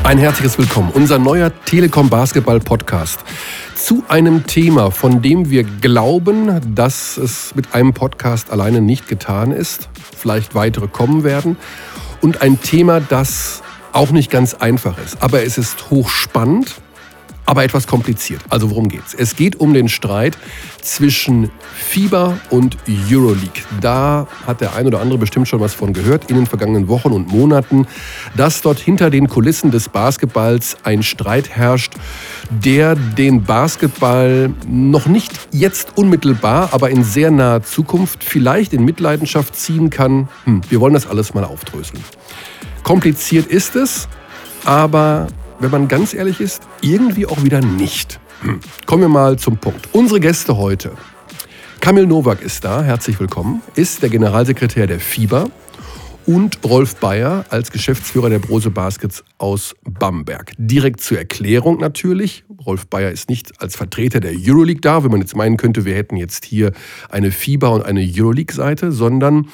Ein herzliches Willkommen, unser neuer Telekom Basketball Podcast zu einem Thema, von dem wir glauben, dass es mit einem Podcast alleine nicht getan ist, vielleicht weitere kommen werden, und ein Thema, das auch nicht ganz einfach ist, aber es ist hochspannend, aber etwas kompliziert. Also worum geht's? Es geht um den Streit zwischen FIBA und Euroleague. Da hat der ein oder andere bestimmt schon was von gehört in den vergangenen Wochen und Monaten, dass dort hinter den Kulissen des Basketballs ein Streit herrscht, der den Basketball noch nicht jetzt unmittelbar, aber in sehr naher Zukunft vielleicht in Mitleidenschaft ziehen kann. Wir wollen das alles mal aufdröseln. Kompliziert ist es, aber wenn man ganz ehrlich ist, irgendwie auch wieder nicht. Kommen wir mal zum Punkt. Unsere Gäste heute. Kamil Nowak ist da, herzlich willkommen, ist der Generalsekretär der FIBA, und Rolf Beyer als Geschäftsführer der Brose Baskets aus Bamberg. Direkt zur Erklärung natürlich. Rolf Beyer ist nicht als Vertreter der Euroleague da, wenn man jetzt meinen könnte, wir hätten jetzt hier eine FIBA und eine Euroleague-Seite, sondern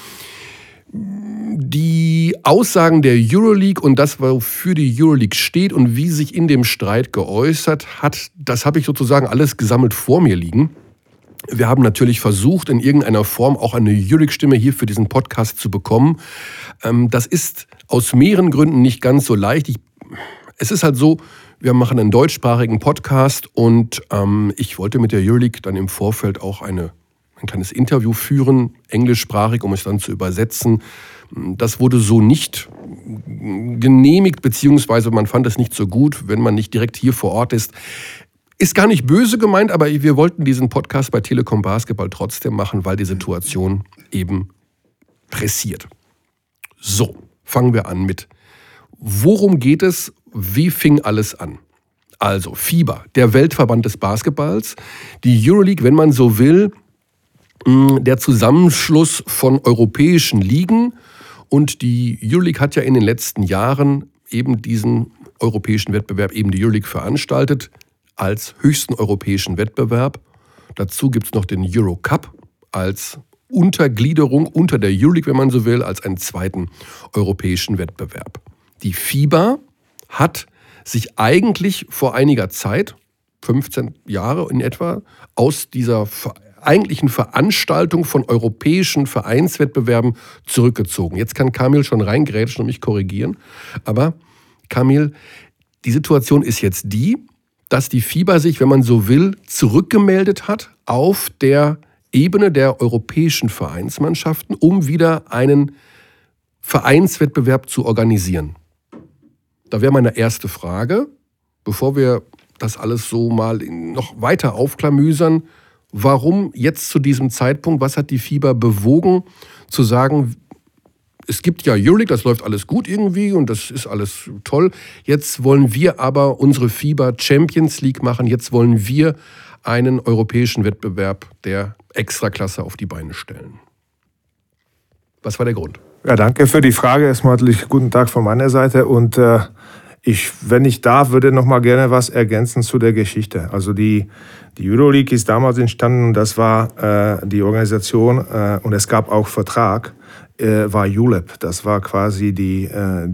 die Aussagen der Euroleague und das, wofür die Euroleague steht und wie sich in dem Streit geäußert hat, das habe ich sozusagen alles gesammelt vor mir liegen. Wir haben natürlich versucht, in irgendeiner Form auch eine Euroleague-Stimme hier für diesen Podcast zu bekommen. Das ist aus mehreren Gründen nicht ganz so leicht. Es ist halt so, wir machen einen deutschsprachigen Podcast und ich wollte mit der Euroleague dann im Vorfeld auch ein kleines Interview führen, englischsprachig, um es dann zu übersetzen. Das wurde so nicht genehmigt, beziehungsweise man fand es nicht so gut, wenn man nicht direkt hier vor Ort ist. Ist gar nicht böse gemeint, aber wir wollten diesen Podcast bei Telekom Basketball trotzdem machen, weil die Situation eben pressiert. So, fangen wir an mit, worum geht es, wie fing alles an? Also FIBA, der Weltverband des Basketballs, die Euroleague, wenn man so will, der Zusammenschluss von europäischen Ligen, und die Euroleague hat ja in den letzten Jahren eben diesen europäischen Wettbewerb, eben die Euroleague, veranstaltet als höchsten europäischen Wettbewerb. Dazu gibt es noch den Eurocup als Untergliederung unter der Euroleague, wenn man so will, als einen zweiten europäischen Wettbewerb. Die FIBA hat sich eigentlich vor einiger Zeit, 15 Jahre in etwa, aus dieser eigentlichen Veranstaltung von europäischen Vereinswettbewerben zurückgezogen. Jetzt kann Kamil schon reingrätschen und mich korrigieren. Aber Kamil, die Situation ist jetzt die, dass die FIBA sich, wenn man so will, zurückgemeldet hat auf der Ebene der europäischen Vereinsmannschaften, um wieder einen Vereinswettbewerb zu organisieren. Da wäre meine erste Frage, bevor wir das alles so mal noch weiter aufklamüsern: Warum jetzt zu diesem Zeitpunkt? Was hat die FIBA bewogen, zu sagen, es gibt ja Euroleague, das läuft alles gut irgendwie und das ist alles toll. Jetzt wollen wir aber unsere FIBA Champions League machen. Jetzt wollen wir einen europäischen Wettbewerb der Extraklasse auf die Beine stellen. Was war der Grund? Ja, danke für die Frage. Erstmal guten Tag von meiner Seite. Und wenn ich darf, würde noch mal gerne was ergänzen zu der Geschichte. Also die Euroleague ist damals entstanden, und das war die Organisation, und es gab auch Vertrag, war ULEP. Das war quasi die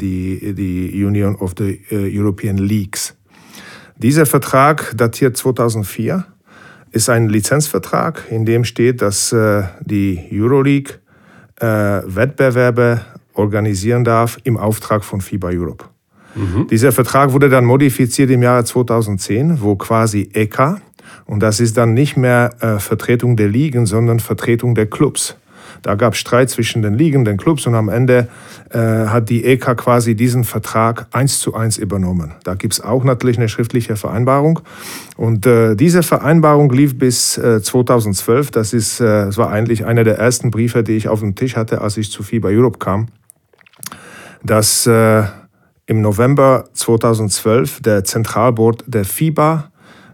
Union of the European Leagues. Dieser Vertrag datiert 2004, ist ein Lizenzvertrag, in dem steht, dass die Euroleague Wettbewerbe organisieren darf im Auftrag von FIBA Europe. Dieser Vertrag wurde dann modifiziert im Jahre 2010, wo quasi ECA, und das ist dann nicht mehr Vertretung der Ligen, sondern Vertretung der Clubs. Da gab es Streit zwischen den Ligen, den Clubs, und am Ende hat die ECA quasi diesen Vertrag 1:1 übernommen. Da gibt es auch natürlich eine schriftliche Vereinbarung. Und diese Vereinbarung lief bis 2012. Das war eigentlich einer der ersten Briefe, die ich auf dem Tisch hatte, als ich zu FIBA Europe kam. Dass im November 2012 der Zentralboard der FIBA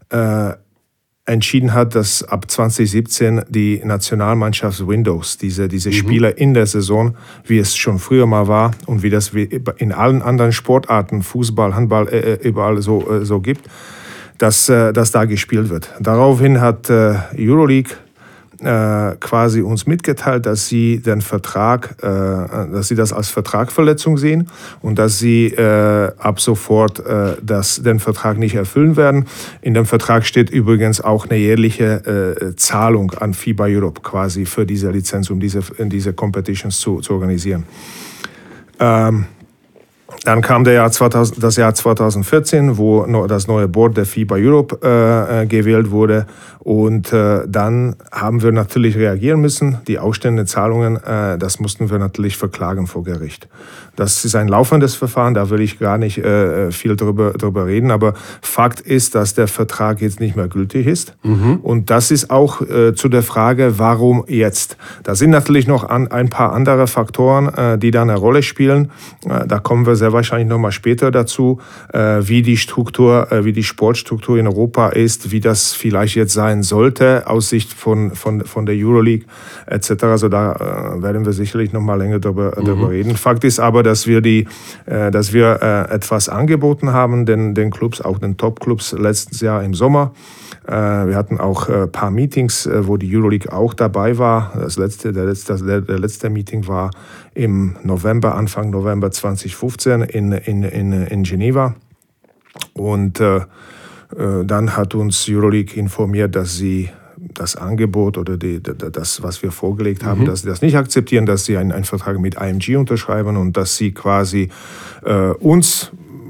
entschieden hat, dass ab 2017 die Nationalmannschafts-Windows, diese Spieler in der Saison, wie es schon früher mal war und wie das in allen anderen Sportarten, Fußball, Handball, überall so gibt, dass da gespielt wird. Daraufhin hat Euroleague quasi uns mitgeteilt, dass sie den Vertrag, dass sie das als Vertragsverletzung sehen und dass sie ab sofort den Vertrag nicht erfüllen werden. In dem Vertrag steht übrigens auch eine jährliche Zahlung an FIBA Europe quasi für diese Lizenz, um diese Competitions zu organisieren. Dann kam das Jahr 2014, wo das neue Board der FIBA Europe gewählt wurde. Und dann haben wir natürlich reagieren müssen. Die ausstehenden Zahlungen, das mussten wir natürlich verklagen vor Gericht. Das ist ein laufendes Verfahren, da will ich gar nicht viel drüber reden. Aber Fakt ist, dass der Vertrag jetzt nicht mehr gültig ist. Und das ist auch zu der Frage, warum jetzt? Da sind natürlich noch ein paar andere Faktoren, die da eine Rolle spielen. Da kommen wir sehr wahrscheinlich nochmal später dazu, wie die Sportstruktur in Europa ist, wie das vielleicht jetzt sein sollte aus Sicht von der Euroleague etc. Also da werden wir sicherlich nochmal länger darüber reden. Fakt ist aber, dass wir etwas angeboten haben, den Clubs, auch den Top-Clubs letztes Jahr im Sommer. Wir hatten auch ein paar Meetings, wo die Euroleague auch dabei war. Der letzte Meeting war im Anfang November 2015 in Geneva. Und dann hat uns Euroleague informiert, dass sie das Angebot oder das, was wir vorgelegt haben, dass sie das nicht akzeptieren, dass sie einen Vertrag mit IMG unterschreiben und dass sie quasi uns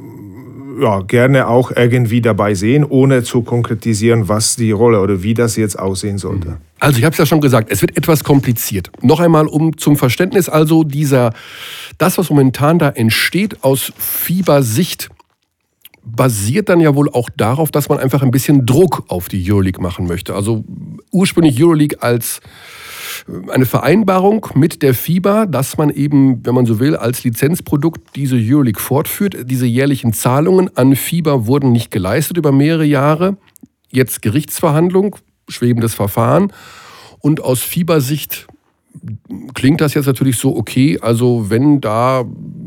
gerne auch irgendwie dabei sehen, ohne zu konkretisieren, was die Rolle oder wie das jetzt aussehen sollte. Also ich habe es ja schon gesagt, es wird etwas kompliziert. Noch einmal zum Verständnis, also das, was momentan da entsteht aus FIBA-Sicht, basiert dann ja wohl auch darauf, dass man einfach ein bisschen Druck auf die Euroleague machen möchte. Also ursprünglich Euroleague als eine Vereinbarung mit der FIBA, dass man eben, wenn man so will, als Lizenzprodukt diese Euroleague fortführt. Diese jährlichen Zahlungen an FIBA wurden nicht geleistet über mehrere Jahre. Jetzt Gerichtsverhandlung, schwebendes Verfahren. Und aus FIBA-Sicht klingt das jetzt natürlich so, okay, also wenn da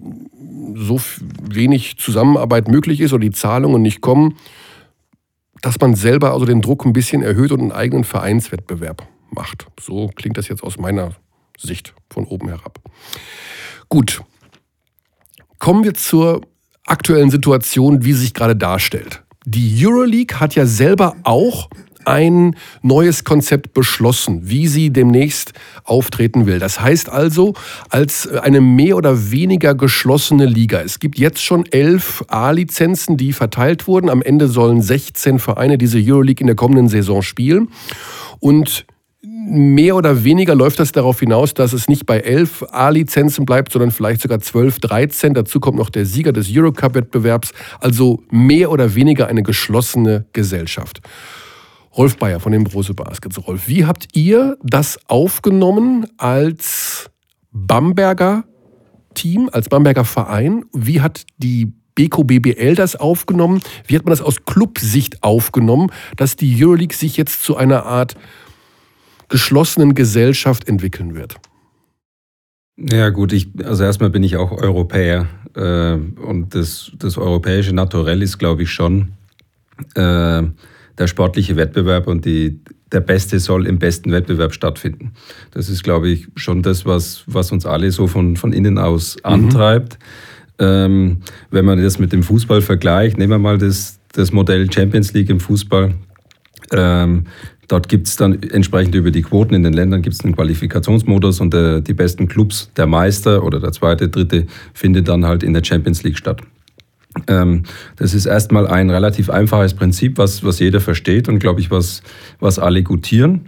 so wenig Zusammenarbeit möglich ist oder die Zahlungen nicht kommen, dass man selber also den Druck ein bisschen erhöht und einen eigenen Vereinswettbewerb macht. So klingt das jetzt aus meiner Sicht von oben herab. Gut, kommen wir zur aktuellen Situation, wie sie sich gerade darstellt. Die Euroleague hat ja selber auch ein neues Konzept beschlossen, wie sie demnächst auftreten will. Das heißt also, als eine mehr oder weniger geschlossene Liga. Es gibt jetzt schon 11 A-Lizenzen, die verteilt wurden. Am Ende sollen 16 Vereine diese Euroleague in der kommenden Saison spielen. Und mehr oder weniger läuft das darauf hinaus, dass es nicht bei 11 A-Lizenzen bleibt, sondern vielleicht sogar 12, 13. Dazu kommt noch der Sieger des Eurocup-Wettbewerbs. Also mehr oder weniger eine geschlossene Gesellschaft. Rolf Beyer von den Brose Baskets. Rolf, wie habt ihr das aufgenommen als Bamberger Team, als Bamberger Verein? Wie hat die Beko BBL das aufgenommen? Wie hat man das aus Clubsicht aufgenommen, dass die Euroleague sich jetzt zu einer Art geschlossenen Gesellschaft entwickeln wird? Ja gut, also erstmal bin ich auch Europäer und das europäische Naturell ist, glaube ich, schon der sportliche Wettbewerb und der Beste soll im besten Wettbewerb stattfinden. Das ist, glaube ich, schon das, was uns alle so von innen aus antreibt. Wenn man das mit dem Fußball vergleicht, nehmen wir mal das Modell Champions League im Fußball. Dort gibt es dann entsprechend über die Quoten in den Ländern gibt es einen Qualifikationsmodus und die besten Clubs, der Meister oder der zweite, dritte, findet dann halt in der Champions League statt. Das ist erstmal ein relativ einfaches Prinzip, was jeder versteht und, glaube ich, was alle gutieren.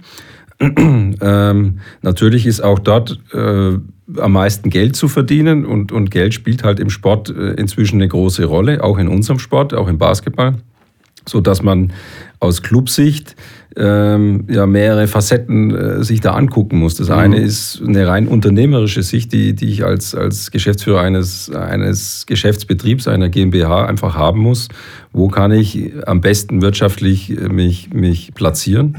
Natürlich ist auch dort am meisten Geld zu verdienen und Geld spielt halt im Sport inzwischen eine große Rolle, auch in unserem Sport, auch im Basketball, sodass man aus Clubsicht mehrere Facetten sich da angucken muss. Das eine ist eine rein unternehmerische Sicht, die ich als Geschäftsführer eines Geschäftsbetriebs, einer GmbH einfach haben muss. Wo kann ich am besten wirtschaftlich mich platzieren?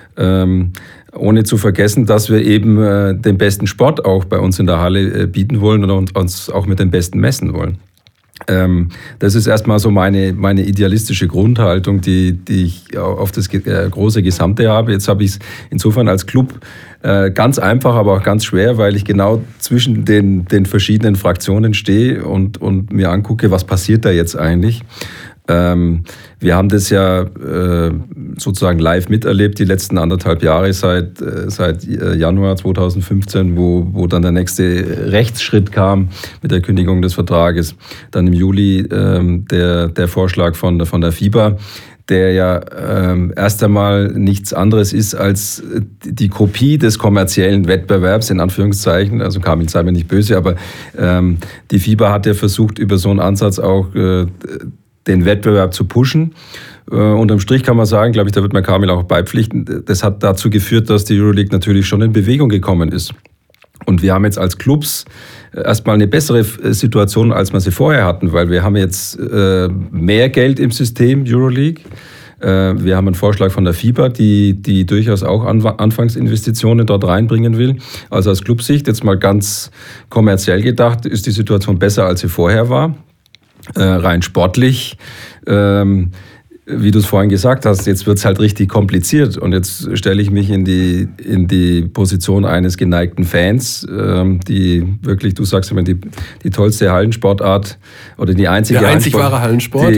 Ohne zu vergessen, dass wir eben den besten Sport auch bei uns in der Halle bieten wollen und uns auch mit den Besten messen wollen. Das ist erstmal so meine idealistische Grundhaltung, die ich auf das große Gesamte habe. Jetzt habe ich es insofern als Club ganz einfach, aber auch ganz schwer, weil ich genau zwischen den verschiedenen Fraktionen stehe und mir angucke, was passiert da jetzt eigentlich. Wir haben das ja sozusagen live miterlebt, die letzten 1,5 Jahre seit Januar 2015, wo dann der nächste Rechtsschritt kam mit der Kündigung des Vertrages. Dann im Juli der Vorschlag von der FIBA, der ja erst einmal nichts anderes ist als die Kopie des kommerziellen Wettbewerbs, in Anführungszeichen. Also Kamil, sei mir nicht böse, aber die FIBA hat ja versucht, über so einen Ansatz auch den Wettbewerb zu pushen. Unterm Strich kann man sagen, glaube ich, da wird mir Kamil auch beipflichten, das hat dazu geführt, dass die Euroleague natürlich schon in Bewegung gekommen ist. Und wir haben jetzt als Clubs erstmal eine bessere Situation, als wir sie vorher hatten, weil wir haben jetzt mehr Geld im System Euroleague. Wir haben einen Vorschlag von der FIBA, die durchaus auch Anfangsinvestitionen dort reinbringen will. Also aus Clubsicht, jetzt mal ganz kommerziell gedacht, ist die Situation besser, als sie vorher war. Rein sportlich, wie du es vorhin gesagt hast, jetzt wird es halt richtig kompliziert und jetzt stelle ich mich in die Position eines geneigten Fans, die wirklich, du sagst immer, die tollste Hallensportart oder die einzig wahre Hallensport,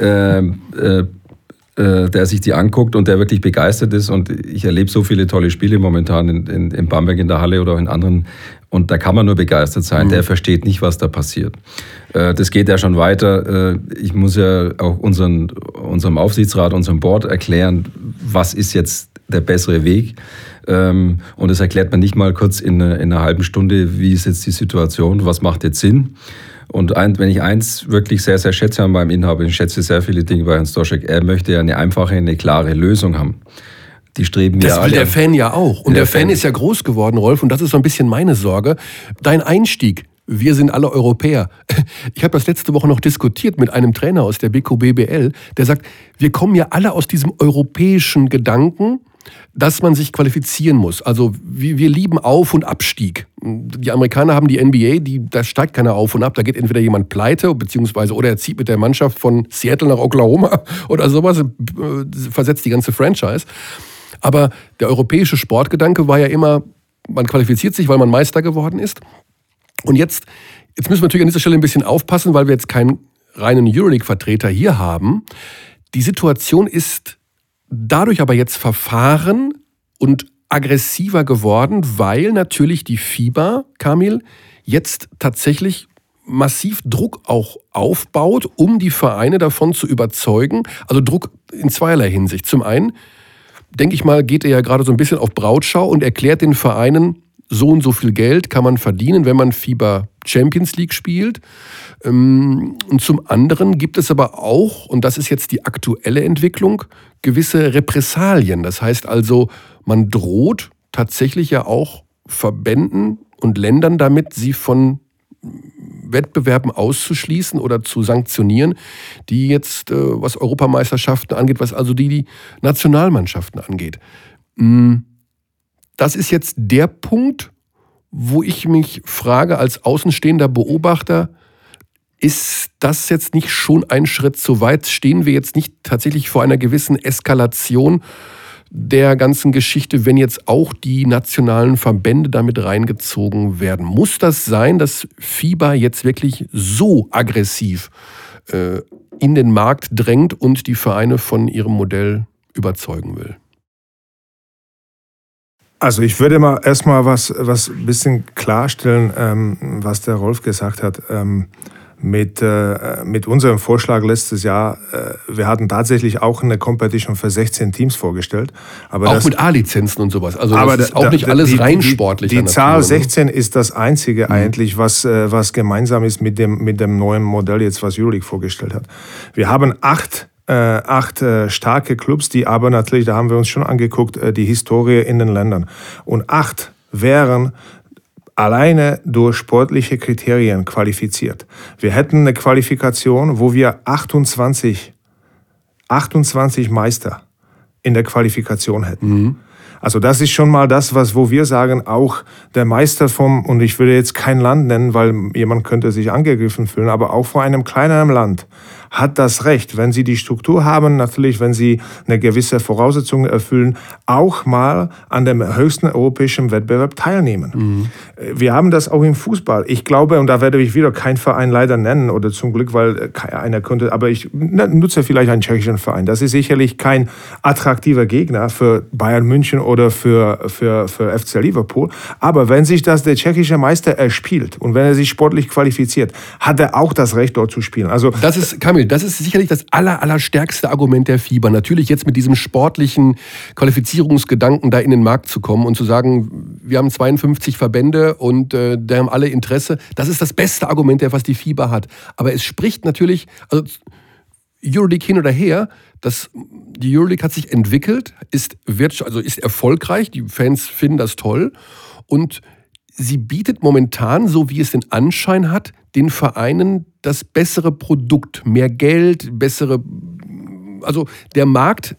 der sich die anguckt und der wirklich begeistert ist. Und ich erlebe so viele tolle Spiele momentan in Bamberg in der Halle oder auch in anderen. Und da kann man nur begeistert sein. Der versteht nicht, was da passiert. Das geht ja schon weiter. Ich muss ja auch unserem Aufsichtsrat, unserem Board erklären, was ist jetzt der bessere Weg. Und das erklärt man nicht mal kurz in einer halben Stunde, wie ist jetzt die Situation, was macht jetzt Sinn. Und wenn ich eins wirklich sehr, sehr schätze an meinem Inhaber, ich schätze sehr viele Dinge bei Herrn Stoschek, er möchte ja eine einfache, eine klare Lösung haben. Die streben das will der Fan ja auch. Und der Fan ist ja groß geworden, Rolf, und das ist so ein bisschen meine Sorge. Dein Einstieg, wir sind alle Europäer. Ich habe das letzte Woche noch diskutiert mit einem Trainer aus der BKBBL, der sagt, wir kommen ja alle aus diesem europäischen Gedanken, dass man sich qualifizieren muss. Also wir lieben Auf- und Abstieg. Die Amerikaner haben die NBA, da steigt keiner auf und ab. Da geht entweder jemand pleite, beziehungsweise oder er zieht mit der Mannschaft von Seattle nach Oklahoma oder sowas, versetzt die ganze Franchise. Aber der europäische Sportgedanke war ja immer, man qualifiziert sich, weil man Meister geworden ist. Und jetzt müssen wir natürlich an dieser Stelle ein bisschen aufpassen, weil wir jetzt keinen reinen Euroleague-Vertreter hier haben. Die Situation ist dadurch aber jetzt verfahren und aggressiver geworden, weil natürlich die FIBA, Kamil, jetzt tatsächlich massiv Druck auch aufbaut, um die Vereine davon zu überzeugen. Also Druck in zweierlei Hinsicht. Zum einen, denke ich mal, geht er ja gerade so ein bisschen auf Brautschau und erklärt den Vereinen, so und so viel Geld kann man verdienen, wenn man FIBA Champions League spielt. Und zum anderen gibt es aber auch, und das ist jetzt die aktuelle Entwicklung, gewisse Repressalien. Das heißt also, man droht tatsächlich ja auch Verbänden und Ländern damit, sie von Wettbewerben auszuschließen oder zu sanktionieren, die jetzt, was Europameisterschaften angeht, was also die Nationalmannschaften angeht. Das ist jetzt der Punkt, wo ich mich frage als außenstehender Beobachter, ist das jetzt nicht schon ein Schritt zu weit? Stehen wir jetzt nicht tatsächlich vor einer gewissen Eskalation der ganzen Geschichte, wenn jetzt auch die nationalen Verbände damit reingezogen werden? Muss das sein, dass FIBA jetzt wirklich so aggressiv in den Markt drängt und die Vereine von ihrem Modell überzeugen will? Also ich würde mal erstmal was ein bisschen klarstellen, was der Rolf gesagt hat. Mit unserem Vorschlag letztes Jahr, wir hatten tatsächlich auch eine Competition für 16 Teams vorgestellt. Aber auch mit A-Lizenzen und sowas. Also das ist auch nicht alles rein sportlich. Die Zahl 16 ist das Einzige eigentlich, was gemeinsam ist mit dem neuen Modell jetzt, was Euroleague vorgestellt hat. Wir haben acht starke Clubs, die aber natürlich, da haben wir uns schon angeguckt, die Historie in den Ländern. Und 8 wären alleine durch sportliche Kriterien qualifiziert. Wir hätten eine Qualifikation, wo wir 28 Meister in der Qualifikation hätten. Also das ist schon mal das, wo wir sagen, auch der Meister und ich würde jetzt kein Land nennen, weil jemand könnte sich angegriffen fühlen, aber auch vor einem kleineren Land hat das Recht, wenn sie die Struktur haben, natürlich, wenn sie eine gewisse Voraussetzung erfüllen, auch mal an dem höchsten europäischen Wettbewerb teilnehmen. Wir haben das auch im Fußball. Ich glaube, und da werde ich wieder keinen Verein leider nennen, oder zum Glück, weil einer könnte, aber ich nutze vielleicht einen tschechischen Verein. Das ist sicherlich kein attraktiver Gegner für Bayern München oder für FC Liverpool. Aber wenn sich das der tschechische Meister erspielt und wenn er sich sportlich qualifiziert, hat er auch das Recht, dort zu spielen. Also Das ist sicherlich das allerstärkste Argument der FIBA. Natürlich jetzt mit diesem sportlichen Qualifizierungsgedanken da in den Markt zu kommen und zu sagen, wir haben 52 Verbände und da haben alle Interesse. Das ist das beste Argument, was die FIBA hat. Aber es spricht natürlich, also Euroleague hin oder her, die Euroleague hat sich entwickelt, ist erfolgreich, die Fans finden das toll und sie bietet momentan, so wie es den Anschein hat, den Vereinen das bessere Produkt, mehr Geld, also der Markt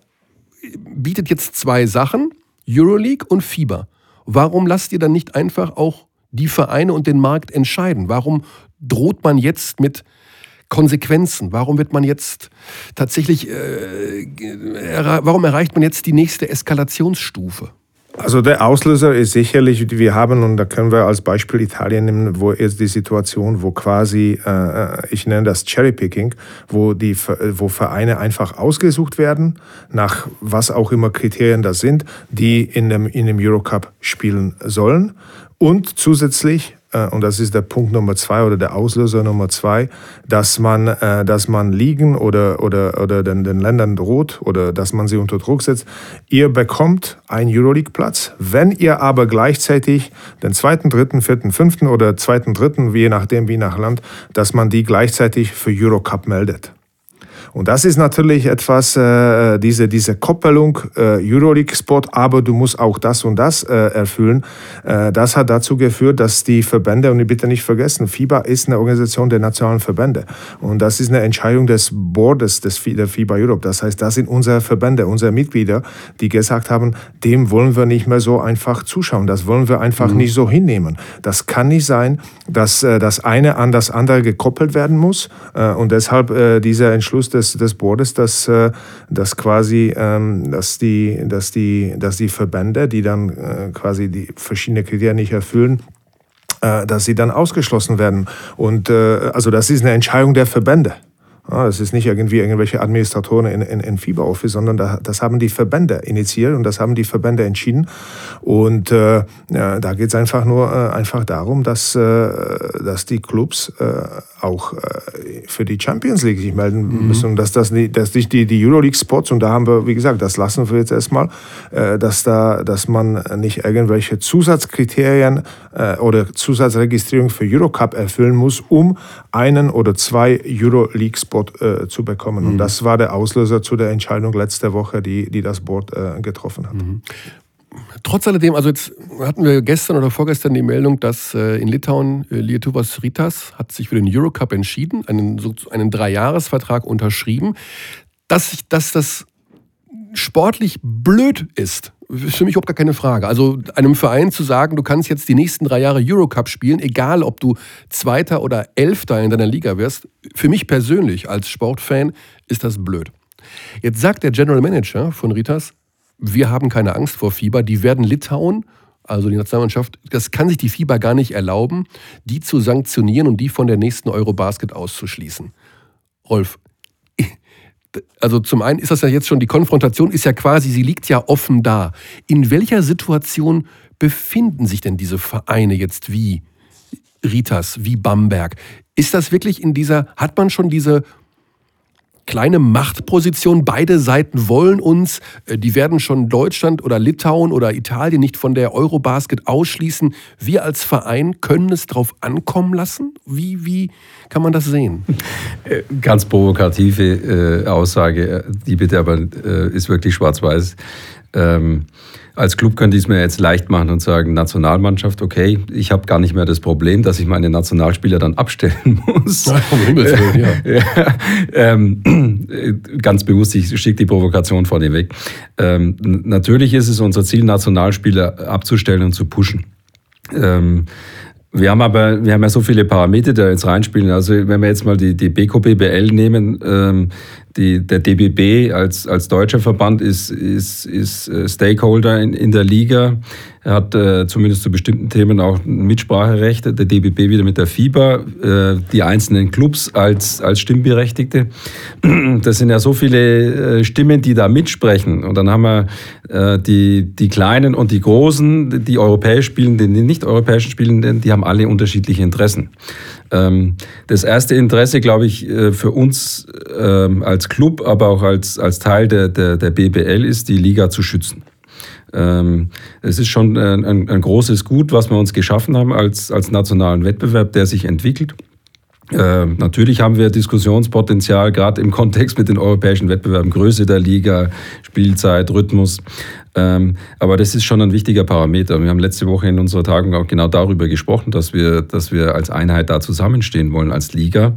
bietet jetzt 2 Sachen, Euroleague und FIBA. Warum lasst ihr dann nicht einfach auch die Vereine und den Markt entscheiden? Warum droht man jetzt mit Konsequenzen? Warum wird man jetzt tatsächlich, warum erreicht man jetzt die nächste Eskalationsstufe? Also der Auslöser ist sicherlich, wir haben, und da können wir als Beispiel Italien nehmen, wo jetzt die Situation, wo quasi, ich nenne das Cherrypicking, wo Vereine einfach ausgesucht werden, nach was auch immer Kriterien das sind, die in dem Eurocup spielen sollen. Und zusätzlich, und das ist der Punkt Nummer 2 oder der Auslöser Nummer 2, dass man Ligen oder den Ländern droht oder dass man sie unter Druck setzt. Ihr bekommt einen Euroleague-Platz, wenn ihr aber gleichzeitig den 2., 3., 4., 5. oder 2., 3., je nachdem wie nach Land, dass man die gleichzeitig für Eurocup meldet. Und das ist natürlich etwas, diese Koppelung, Euroleague-Sport, aber du musst auch das und das erfüllen. Das hat dazu geführt, dass die Verbände, und bitte nicht vergessen, FIBA ist eine Organisation der nationalen Verbände. Und das ist eine Entscheidung des Boards der FIBA Europe. Das heißt, das sind unsere Verbände, unsere Mitglieder, die gesagt haben, dem wollen wir nicht mehr so einfach zuschauen. Das wollen wir einfach nicht so hinnehmen. Das kann nicht sein, dass das eine an das andere gekoppelt werden muss. Und deshalb dieser Entschluss des Boards, dass quasi, dass die Verbände, die dann quasi die verschiedenen Kriterien nicht erfüllen, dass sie dann ausgeschlossen werden. Und also das ist eine Entscheidung der Verbände. Das ist nicht irgendwelche Administratoren in FIBA-Office, sondern das haben die Verbände initiiert und das haben die Verbände entschieden. Und da geht es einfach darum, dass die Clubs auch für die Champions League sich melden müssen und dass nicht die Euroleague-Spots, und da haben wir, wie gesagt, das lassen wir jetzt erstmal, dass man nicht irgendwelche Zusatzkriterien oder Zusatzregistrierung für Eurocup erfüllen muss, um einen oder 2 Euroleague-Spots zu bekommen. Und das war der Auslöser zu der Entscheidung letzte Woche, die das Board getroffen hat. Trotz alledem, also jetzt hatten wir gestern oder vorgestern die Meldung, dass in Litauen Lietuvos Rytas hat sich für den Eurocup entschieden, einen 3-Jahres-Vertrag unterschrieben. Dass das sportlich blöd ist für mich überhaupt gar keine Frage. Also einem Verein zu sagen, du kannst jetzt die nächsten 3 Jahre Eurocup spielen, egal ob du 2. oder 11. in deiner Liga wirst, für mich persönlich als Sportfan ist das blöd. Jetzt sagt der General Manager von Rytas, wir haben keine Angst vor FIBA, die werden Litauen, also die Nationalmannschaft, das kann sich die FIBA gar nicht erlauben, die zu sanktionieren und die von der nächsten Eurobasket auszuschließen. Rolf, also zum einen ist das ja jetzt schon, die Konfrontation ist ja quasi, sie liegt ja offen da. In welcher Situation befinden sich denn diese Vereine jetzt wie Rytas, wie Bamberg? Ist das wirklich hat man schon diese kleine Machtposition, beide Seiten wollen uns, die werden schon Deutschland oder Litauen oder Italien nicht von der Eurobasket ausschließen. Wir als Verein können es drauf ankommen lassen? Wie kann man das sehen? Ganz provokative Aussage, die bitte aber ist wirklich schwarz-weiß. Als Club könnte ich es mir jetzt leicht machen und sagen, Nationalmannschaft, okay, ich habe gar nicht mehr das Problem, dass ich meine Nationalspieler dann abstellen muss. Ja, ganz bewusst, ich schicke die Provokation vor dir weg. Natürlich ist es unser Ziel, Nationalspieler abzustellen und zu pushen. Wir haben ja so viele Parameter, die da jetzt reinspielen. Also wenn wir jetzt mal die BKBBL nehmen, der DBB als deutscher Verband ist Stakeholder in der Liga. Er hat zumindest zu bestimmten Themen auch Mitspracherecht. Der DBB wieder mit der FIBA, die einzelnen Clubs als Stimmberechtigte. Das sind ja so viele Stimmen, die da mitsprechen. Und dann haben wir die Kleinen und die Großen, die europäisch spielen, die nicht-europäischen Spielenden, die haben alle unterschiedliche Interessen. Das erste Interesse, glaube ich, für uns als Club, aber auch als Teil der BBL ist, die Liga zu schützen. Es ist schon ein großes Gut, was wir uns geschaffen haben als nationalen Wettbewerb, der sich entwickelt. Natürlich haben wir Diskussionspotenzial, gerade im Kontext mit den europäischen Wettbewerben, Größe der Liga, Spielzeit, Rhythmus. Aber das ist schon ein wichtiger Parameter. Wir haben letzte Woche in unserer Tagung auch genau darüber gesprochen, dass wir als Einheit da zusammenstehen wollen, als Liga.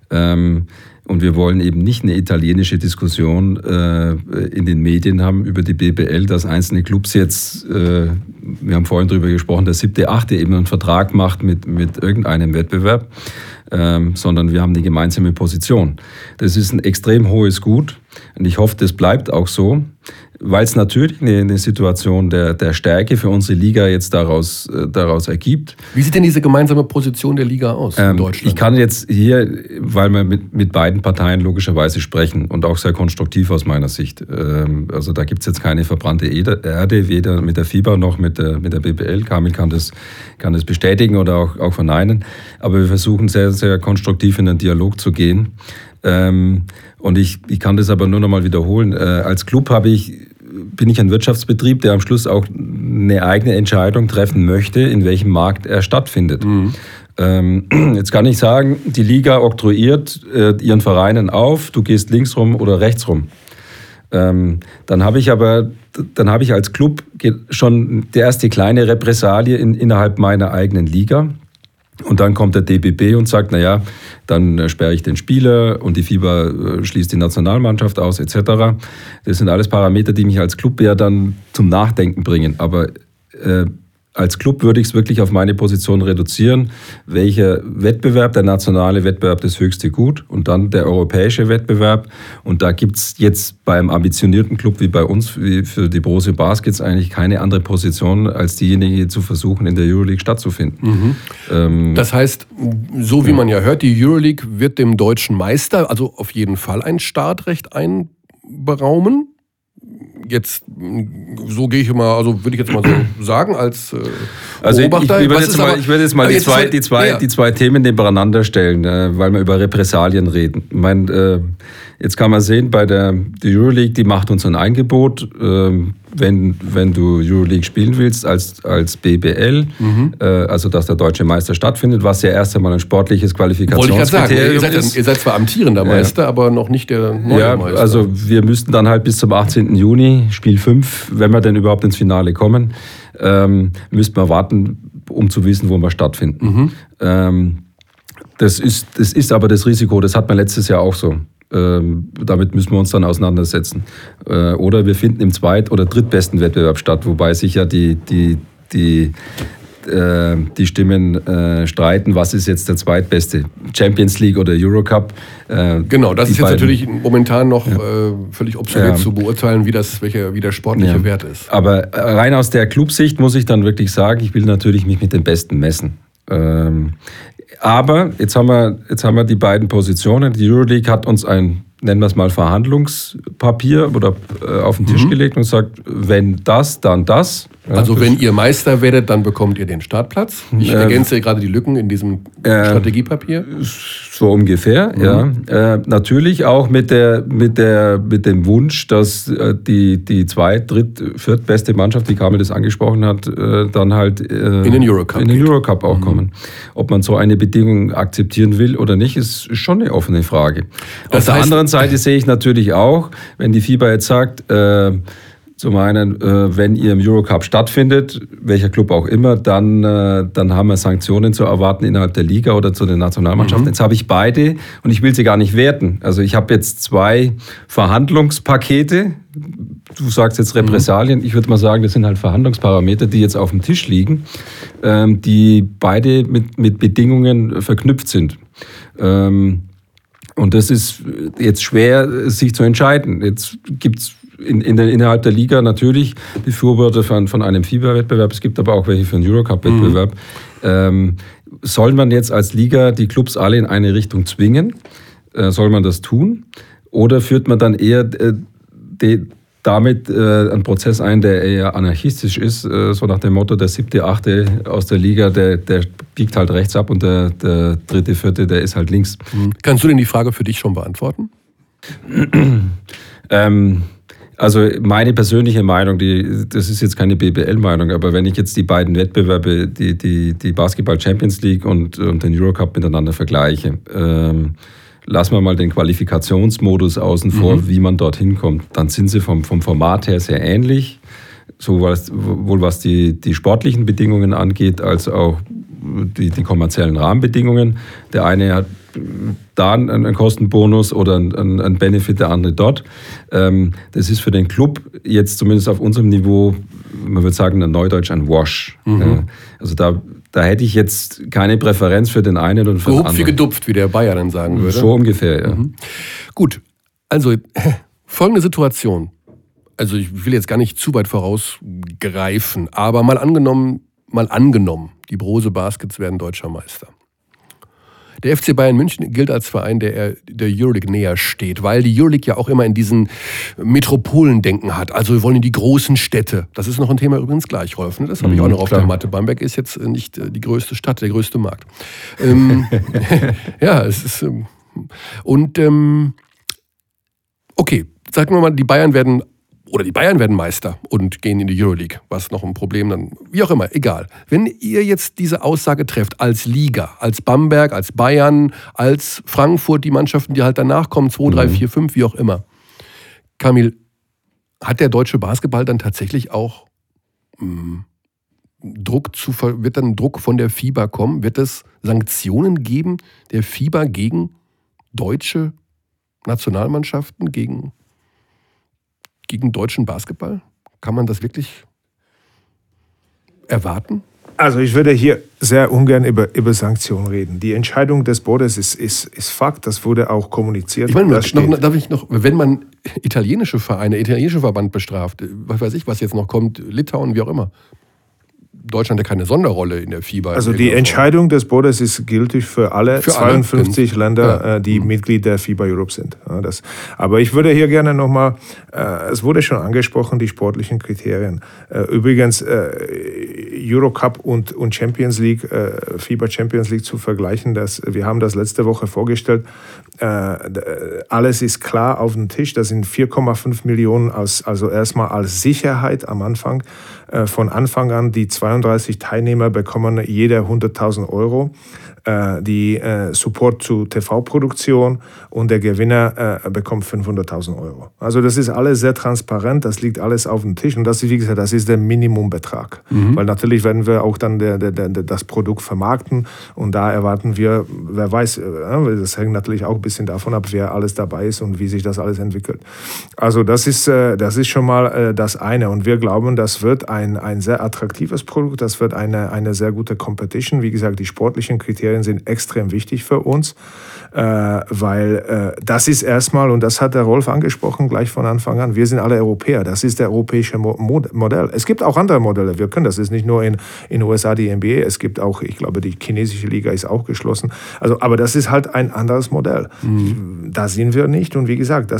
Und wir wollen eben nicht eine italienische Diskussion in den Medien haben über die BBL, dass einzelne Clubs jetzt, wir haben vorhin darüber gesprochen, der 7., 8. eben einen Vertrag macht mit irgendeinem Wettbewerb, sondern wir haben eine gemeinsame Position. Das ist ein extrem hohes Gut und ich hoffe, das bleibt auch so, weil es natürlich eine Situation der Stärke für unsere Liga jetzt daraus ergibt. Wie sieht denn diese gemeinsame Position der Liga aus in Deutschland? Ich kann jetzt hier, weil wir mit beiden Parteien logischerweise sprechen und auch sehr konstruktiv aus meiner Sicht. Also da gibt es jetzt keine verbrannte Erde, weder mit der FIBA noch mit der BBL. Kamil kann das bestätigen oder auch verneinen. Aber wir versuchen sehr, sehr konstruktiv in den Dialog zu gehen. Und ich kann das aber nur noch mal wiederholen. Als Club bin ich ein Wirtschaftsbetrieb, der am Schluss auch eine eigene Entscheidung treffen möchte, in welchem Markt er stattfindet. Jetzt kann ich sagen, die Liga oktroyiert ihren Vereinen auf, du gehst links rum oder rechts rum. Dann habe ich als Club schon die erste kleine Repressalie innerhalb meiner eigenen Liga. Und dann kommt der DBB und sagt, naja, dann sperre ich den Spieler und die FIBA schließt die Nationalmannschaft aus, etc. Das sind alles Parameter, die mich als Club ja dann zum Nachdenken bringen. Aber als Club würde ich es wirklich auf meine Position reduzieren. Welcher Wettbewerb, der nationale Wettbewerb, das höchste Gut und dann der europäische Wettbewerb. Und da gibt es jetzt beim ambitionierten Club wie bei uns, wie für die Borussia Baskets, eigentlich keine andere Position, als diejenige zu versuchen, in der Euroleague stattzufinden. Das heißt, so wie man ja hört, die Euroleague wird dem deutschen Meister also auf jeden Fall ein Startrecht einberaumen. Jetzt, so gehe ich immer, also würde ich jetzt mal so sagen, als Beobachter. Ich würde jetzt mal die zwei Themen nebeneinander stellen, weil wir über Repressalien reden. Ich meine, jetzt kann man sehen, die Euroleague, die macht uns ein Angebot, wenn du Euroleague spielen willst als BBL, also dass der deutsche Meister stattfindet, was ja erst einmal ein sportliches Qualifikationskriterium ist. Ihr seid zwar amtierender Meister, aber noch nicht der neue Meister. Also wir müssten dann halt bis zum 18. Juni, Spiel 5, wenn wir denn überhaupt ins Finale kommen, müssten wir warten, um zu wissen, wo wir stattfinden. Das ist aber das Risiko, das hat man letztes Jahr auch so. Damit müssen wir uns dann auseinandersetzen. Oder wir finden im zweit- oder drittbesten Wettbewerb statt, wobei sich ja die Stimmen streiten, was ist jetzt der zweitbeste, Champions League oder Eurocup. Genau, das ist jetzt natürlich momentan noch völlig obsolet zu beurteilen, wie der sportliche Wert ist. Aber rein aus der Clubsicht muss ich dann wirklich sagen, ich will natürlich mich mit den Besten messen. Aber jetzt haben wir die beiden Positionen. Die Euroleague hat uns ein, nennen wir es mal, Verhandlungspapier oder auf den Tisch gelegt und sagt, wenn das, dann das. Ja, also wenn ihr Meister werdet, dann bekommt ihr den Startplatz. Ich ergänze gerade die Lücken in diesem Strategiepapier. So ungefähr, ja. Natürlich auch mit dem Wunsch, dass die zweit-, dritt-, viertbeste Mannschaft, wie Kamil das angesprochen hat, dann halt in den Eurocup auch kommen. Ob man so eine Bedingung akzeptieren will oder nicht, ist schon eine offene Frage. Auf der anderen Seite sehe ich natürlich auch, wenn die FIBA jetzt sagt, Zum einen, wenn ihr im Eurocup stattfindet, welcher Club auch immer, dann haben wir Sanktionen zu erwarten innerhalb der Liga oder zu den Nationalmannschaften. Jetzt habe ich beide und ich will sie gar nicht werten. Also ich habe jetzt 2 Verhandlungspakete. Du sagst jetzt Repressalien. Ich würde mal sagen, das sind halt Verhandlungsparameter, die jetzt auf dem Tisch liegen, die beide mit Bedingungen verknüpft sind. Und das ist jetzt schwer, sich zu entscheiden. Jetzt gibt es innerhalb der Liga natürlich Befürworter von einem FIBA-Wettbewerb. Es gibt aber auch welche für einen Eurocup-Wettbewerb. Soll man jetzt als Liga die Clubs alle in eine Richtung zwingen? Soll man das tun? Oder führt man dann eher damit einen Prozess ein, der eher anarchistisch ist, so nach dem Motto, der 7., 8. aus der Liga, der biegt halt rechts ab und der 3., 4., der ist halt links. Kannst du denn die Frage für dich schon beantworten? Also meine persönliche Meinung, das ist jetzt keine BBL-Meinung, aber wenn ich jetzt die beiden Wettbewerbe, die Basketball Champions League und den Eurocup miteinander vergleiche, lassen wir mal den Qualifikationsmodus außen vor, wie man dorthin kommt, dann sind sie vom Format her sehr ähnlich, sowohl was die sportlichen Bedingungen angeht, als auch die kommerziellen Rahmenbedingungen. Der eine hat da einen Kostenbonus oder einen Benefit, der andere dort. Das ist für den Club jetzt zumindest auf unserem Niveau, man würde sagen, in Neudeutsch ein Wash. Also da hätte ich jetzt keine Präferenz für den einen oder für den anderen. Wie gedupft, wie der Bayer dann sagen würde. So ungefähr, ja. Gut, also folgende Situation. Also ich will jetzt gar nicht zu weit vorausgreifen, aber mal angenommen, die Brose Baskets werden deutscher Meister. Der FC Bayern München gilt als Verein, der Euroleague näher steht, weil die Euroleague ja auch immer in diesen Metropolendenken hat. Also wir wollen in die großen Städte. Das ist noch ein Thema übrigens gleich, Rolf. Ne? Das habe ich auch noch auf der Matte. Bamberg ist jetzt nicht die größte Stadt, der größte Markt. Ja, es ist... okay, sagen wir mal, die Bayern werden Meister und gehen in die Euroleague, was noch ein Problem dann, wie auch immer, egal. Wenn ihr jetzt diese Aussage trefft als Liga, als Bamberg, als Bayern, als Frankfurt, die Mannschaften, die halt danach kommen, 2, 3, 4, 5, wie auch immer. Kamil, hat der deutsche Basketball dann tatsächlich auch wird dann Druck von der FIBA kommen? Wird es Sanktionen geben der FIBA gegen deutsche Nationalmannschaften, gegen deutschen Basketball? Kann man das wirklich erwarten? Also ich würde hier sehr ungern über Sanktionen reden. Die Entscheidung des Boards ist Fakt, das wurde auch kommuniziert. Ich meine, wenn man italienische Vereine, italienische Verband bestraft, was weiß ich, was jetzt noch kommt, Litauen, wie auch immer. Deutschland hat keine Sonderrolle in der FIBA. Also die Entscheidung des Boards ist gültig für alle 52 Länder, die Mitglied der FIBA Europe sind. Aber ich würde hier gerne nochmal, es wurde schon angesprochen, die sportlichen Kriterien. Übrigens, Eurocup und Champions League, FIBA Champions League zu vergleichen, wir haben das letzte Woche vorgestellt. Alles ist klar auf dem Tisch. Das sind 4,5 Millionen, also erstmal als Sicherheit am Anfang. Von Anfang an, die 32 Teilnehmer bekommen jeder 100.000 Euro. Die Support zu TV-Produktion und der Gewinner bekommt 500.000 Euro. Also das ist alles sehr transparent, das liegt alles auf dem Tisch und das ist, wie gesagt, das ist der Minimumbetrag. Weil natürlich werden wir auch dann das Produkt vermarkten und da erwarten wir, wer weiß, das hängt natürlich auch ein bisschen davon ab, wer alles dabei ist und wie sich das alles entwickelt. Also das ist schon mal das eine und wir glauben, das wird ein sehr attraktives Produkt, das wird eine sehr gute Competition. Wie gesagt, die sportlichen Kriterien sind extrem wichtig für uns, weil das ist erstmal, und das hat der Rolf angesprochen gleich von Anfang an, wir sind alle Europäer, das ist der europäische Modell. Es gibt auch andere Modelle, wir können das ist nicht nur in den USA die NBA, es gibt auch, ich glaube, die chinesische Liga ist auch geschlossen, also, aber das ist halt ein anderes Modell. Da sind wir nicht und wie gesagt,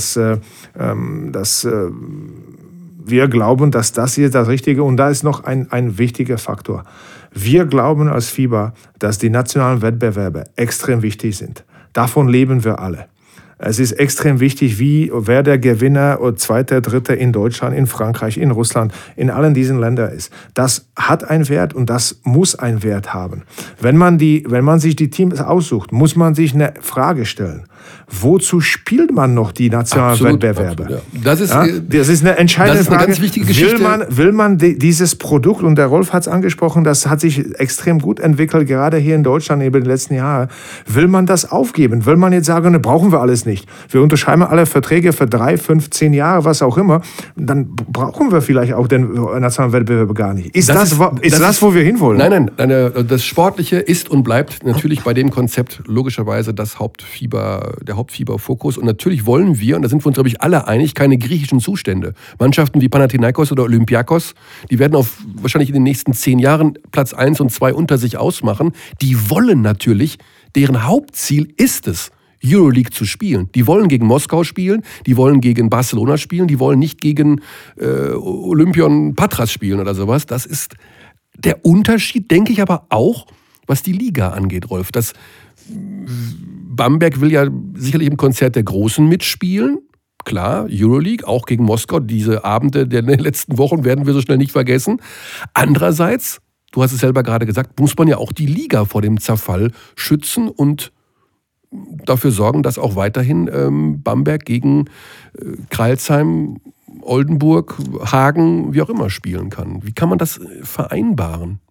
wir glauben, dass das hier das Richtige und da ist noch ein wichtiger Faktor. Wir glauben als FIBA, dass die nationalen Wettbewerbe extrem wichtig sind. Davon leben wir alle. Es ist extrem wichtig, wer der Gewinner oder Zweiter, Dritter in Deutschland, in Frankreich, in Russland, in allen diesen Ländern ist. Das hat einen Wert und das muss einen Wert haben. Wenn man sich die Teams aussucht, muss man sich eine Frage stellen. Wozu spielt man noch die nationalen Wettbewerbe? Absolut, ja. Das ist eine entscheidende Frage. Ganz wichtige Geschichte. Will man dieses Produkt, und der Rolf hat es angesprochen, das hat sich extrem gut entwickelt, gerade hier in Deutschland über die letzten Jahre. Will man das aufgeben? Will man jetzt sagen, ne, brauchen wir alles nicht? Wir unterschreiben alle Verträge für 3, 5, 10 Jahre, was auch immer. Dann brauchen wir vielleicht auch den nationalen Wettbewerb gar nicht. Ist das, wo wir hinwollen? Nein, das Sportliche ist und bleibt natürlich bei dem Konzept logischerweise der Hauptfieberfokus. Und natürlich wollen wir, und da sind wir uns, glaube ich, alle einig, keine griechischen Zustände. Mannschaften wie Panathinaikos oder Olympiakos, die werden wahrscheinlich in den nächsten 10 Jahren Platz 1 und 2 unter sich ausmachen. Die wollen natürlich, deren Hauptziel ist es, Euroleague zu spielen. Die wollen gegen Moskau spielen, die wollen gegen Barcelona spielen, die wollen nicht gegen Olympion Patras spielen oder sowas. Das ist der Unterschied, denke ich aber auch, was die Liga angeht, Rolf. Bamberg will ja sicherlich im Konzert der Großen mitspielen. Klar, Euroleague, auch gegen Moskau. Diese Abende der letzten Wochen werden wir so schnell nicht vergessen. Andererseits, du hast es selber gerade gesagt, muss man ja auch die Liga vor dem Zerfall schützen und dafür sorgen, dass auch weiterhin Bamberg gegen Crailsheim, Oldenburg, Hagen, wie auch immer spielen kann. Wie kann man das vereinbaren?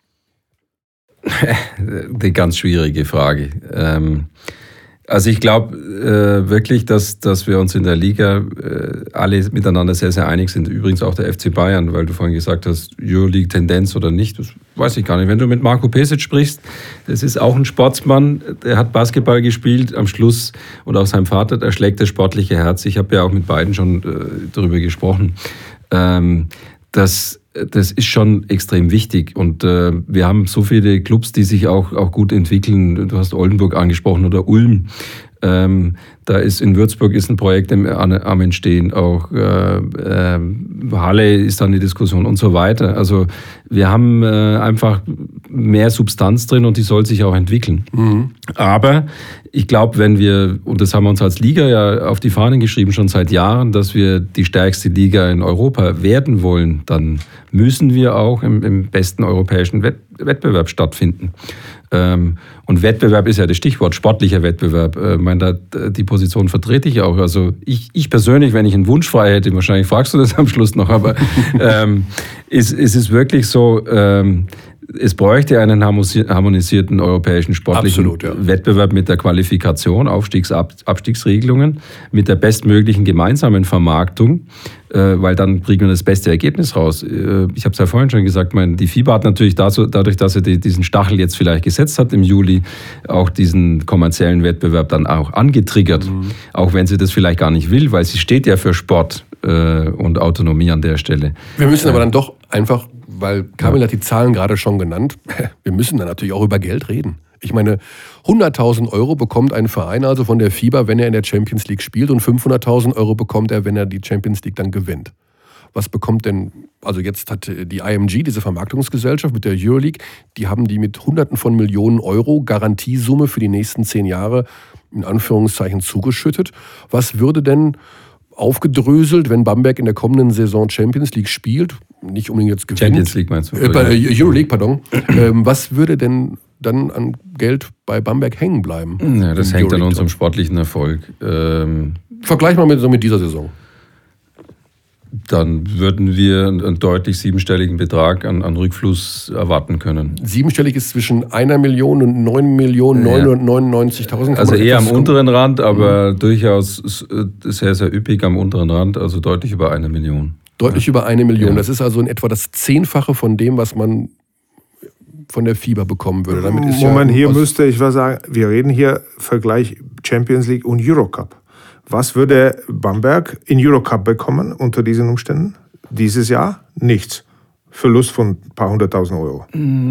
Eine ganz schwierige Frage. Also ich glaube wirklich, dass wir uns in der Liga alle miteinander sehr, sehr einig sind. Übrigens auch der FC Bayern, weil du vorhin gesagt hast, Euroleague-Tendenz oder nicht, das weiß ich gar nicht. Wenn du mit Marco Pesic sprichst, das ist auch ein Sportsmann, der hat Basketball gespielt am Schluss und auch sein Vater, der schlägt das sportliche Herz. Ich habe ja auch mit beiden schon darüber gesprochen. Das ist schon extrem wichtig und wir haben so viele Clubs, die sich auch gut entwickeln. Du hast Oldenburg angesprochen oder Ulm. Da ist in Würzburg ist ein Projekt am Entstehen, auch Halle ist dann die Diskussion und so weiter. Also wir haben einfach mehr Substanz drin und die soll sich auch entwickeln. Mhm. Aber ich glaube, wenn wir, und das haben wir uns als Liga ja auf die Fahnen geschrieben, schon seit Jahren, dass wir die stärkste Liga in Europa werden wollen, dann müssen wir auch im besten europäischen Wettbewerb stattfinden. Und Wettbewerb ist ja das Stichwort, sportlicher Wettbewerb. Ich meine, die Position vertrete ich auch. Also ich persönlich, wenn ich einen Wunsch frei hätte, wahrscheinlich fragst du das am Schluss noch, aber ist es wirklich so, es bräuchte einen harmonisierten europäischen sportlichen Wettbewerb mit der Qualifikation, Abstiegsregelungen, mit der bestmöglichen gemeinsamen Vermarktung, weil dann kriegen wir das beste Ergebnis raus. Ich habe es ja vorhin schon gesagt, die FIBA hat natürlich dadurch, dass sie diesen Stachel jetzt vielleicht gesetzt hat im Juli, auch diesen kommerziellen Wettbewerb dann auch angetriggert, auch wenn sie das vielleicht gar nicht will, weil sie steht ja für Sport und Autonomie an der Stelle. Wir müssen aber dann doch einfach, weil Kamil hat die Zahlen gerade schon genannt, wir müssen dann natürlich auch über Geld reden. Ich meine, 100.000 € bekommt ein Verein also von der FIBA, wenn er in der Champions League spielt, und 500.000 € bekommt er, wenn er die Champions League dann gewinnt. Was bekommt denn, also jetzt hat die IMG, diese Vermarktungsgesellschaft mit der Euroleague, die haben die mit Hunderten von Millionen Euro Garantiesumme für die nächsten 10 Jahre in Anführungszeichen zugeschüttet. Was würde denn aufgedröselt, wenn Bamberg in der kommenden Saison Champions League spielt? Nicht unbedingt jetzt gewinnt. Champions League meinst du? Euroleague, pardon. Was würde denn dann an Geld bei Bamberg hängen bleiben? Ja, das hängt an unserem sportlichen Erfolg. Vergleich mal mit dieser Saison. Dann würden wir einen deutlich 7-stelligen Betrag an Rückfluss erwarten können. 7-stellig ist zwischen 1 Million und 9.999.000. Also eher am unteren Rand, aber durchaus sehr, sehr üppig am unteren Rand, also deutlich über 1 Million. Deutlich über 1 Million. Ja. Das ist also in etwa das 10-fache von dem, was man von der FIBA bekommen würde. Damit ist hier müsste ich was sagen. Wir reden hier Vergleich Champions League und Eurocup. Was würde Bamberg in Eurocup bekommen unter diesen Umständen? Dieses Jahr? Nichts. Verlust von ein paar 100.000 €.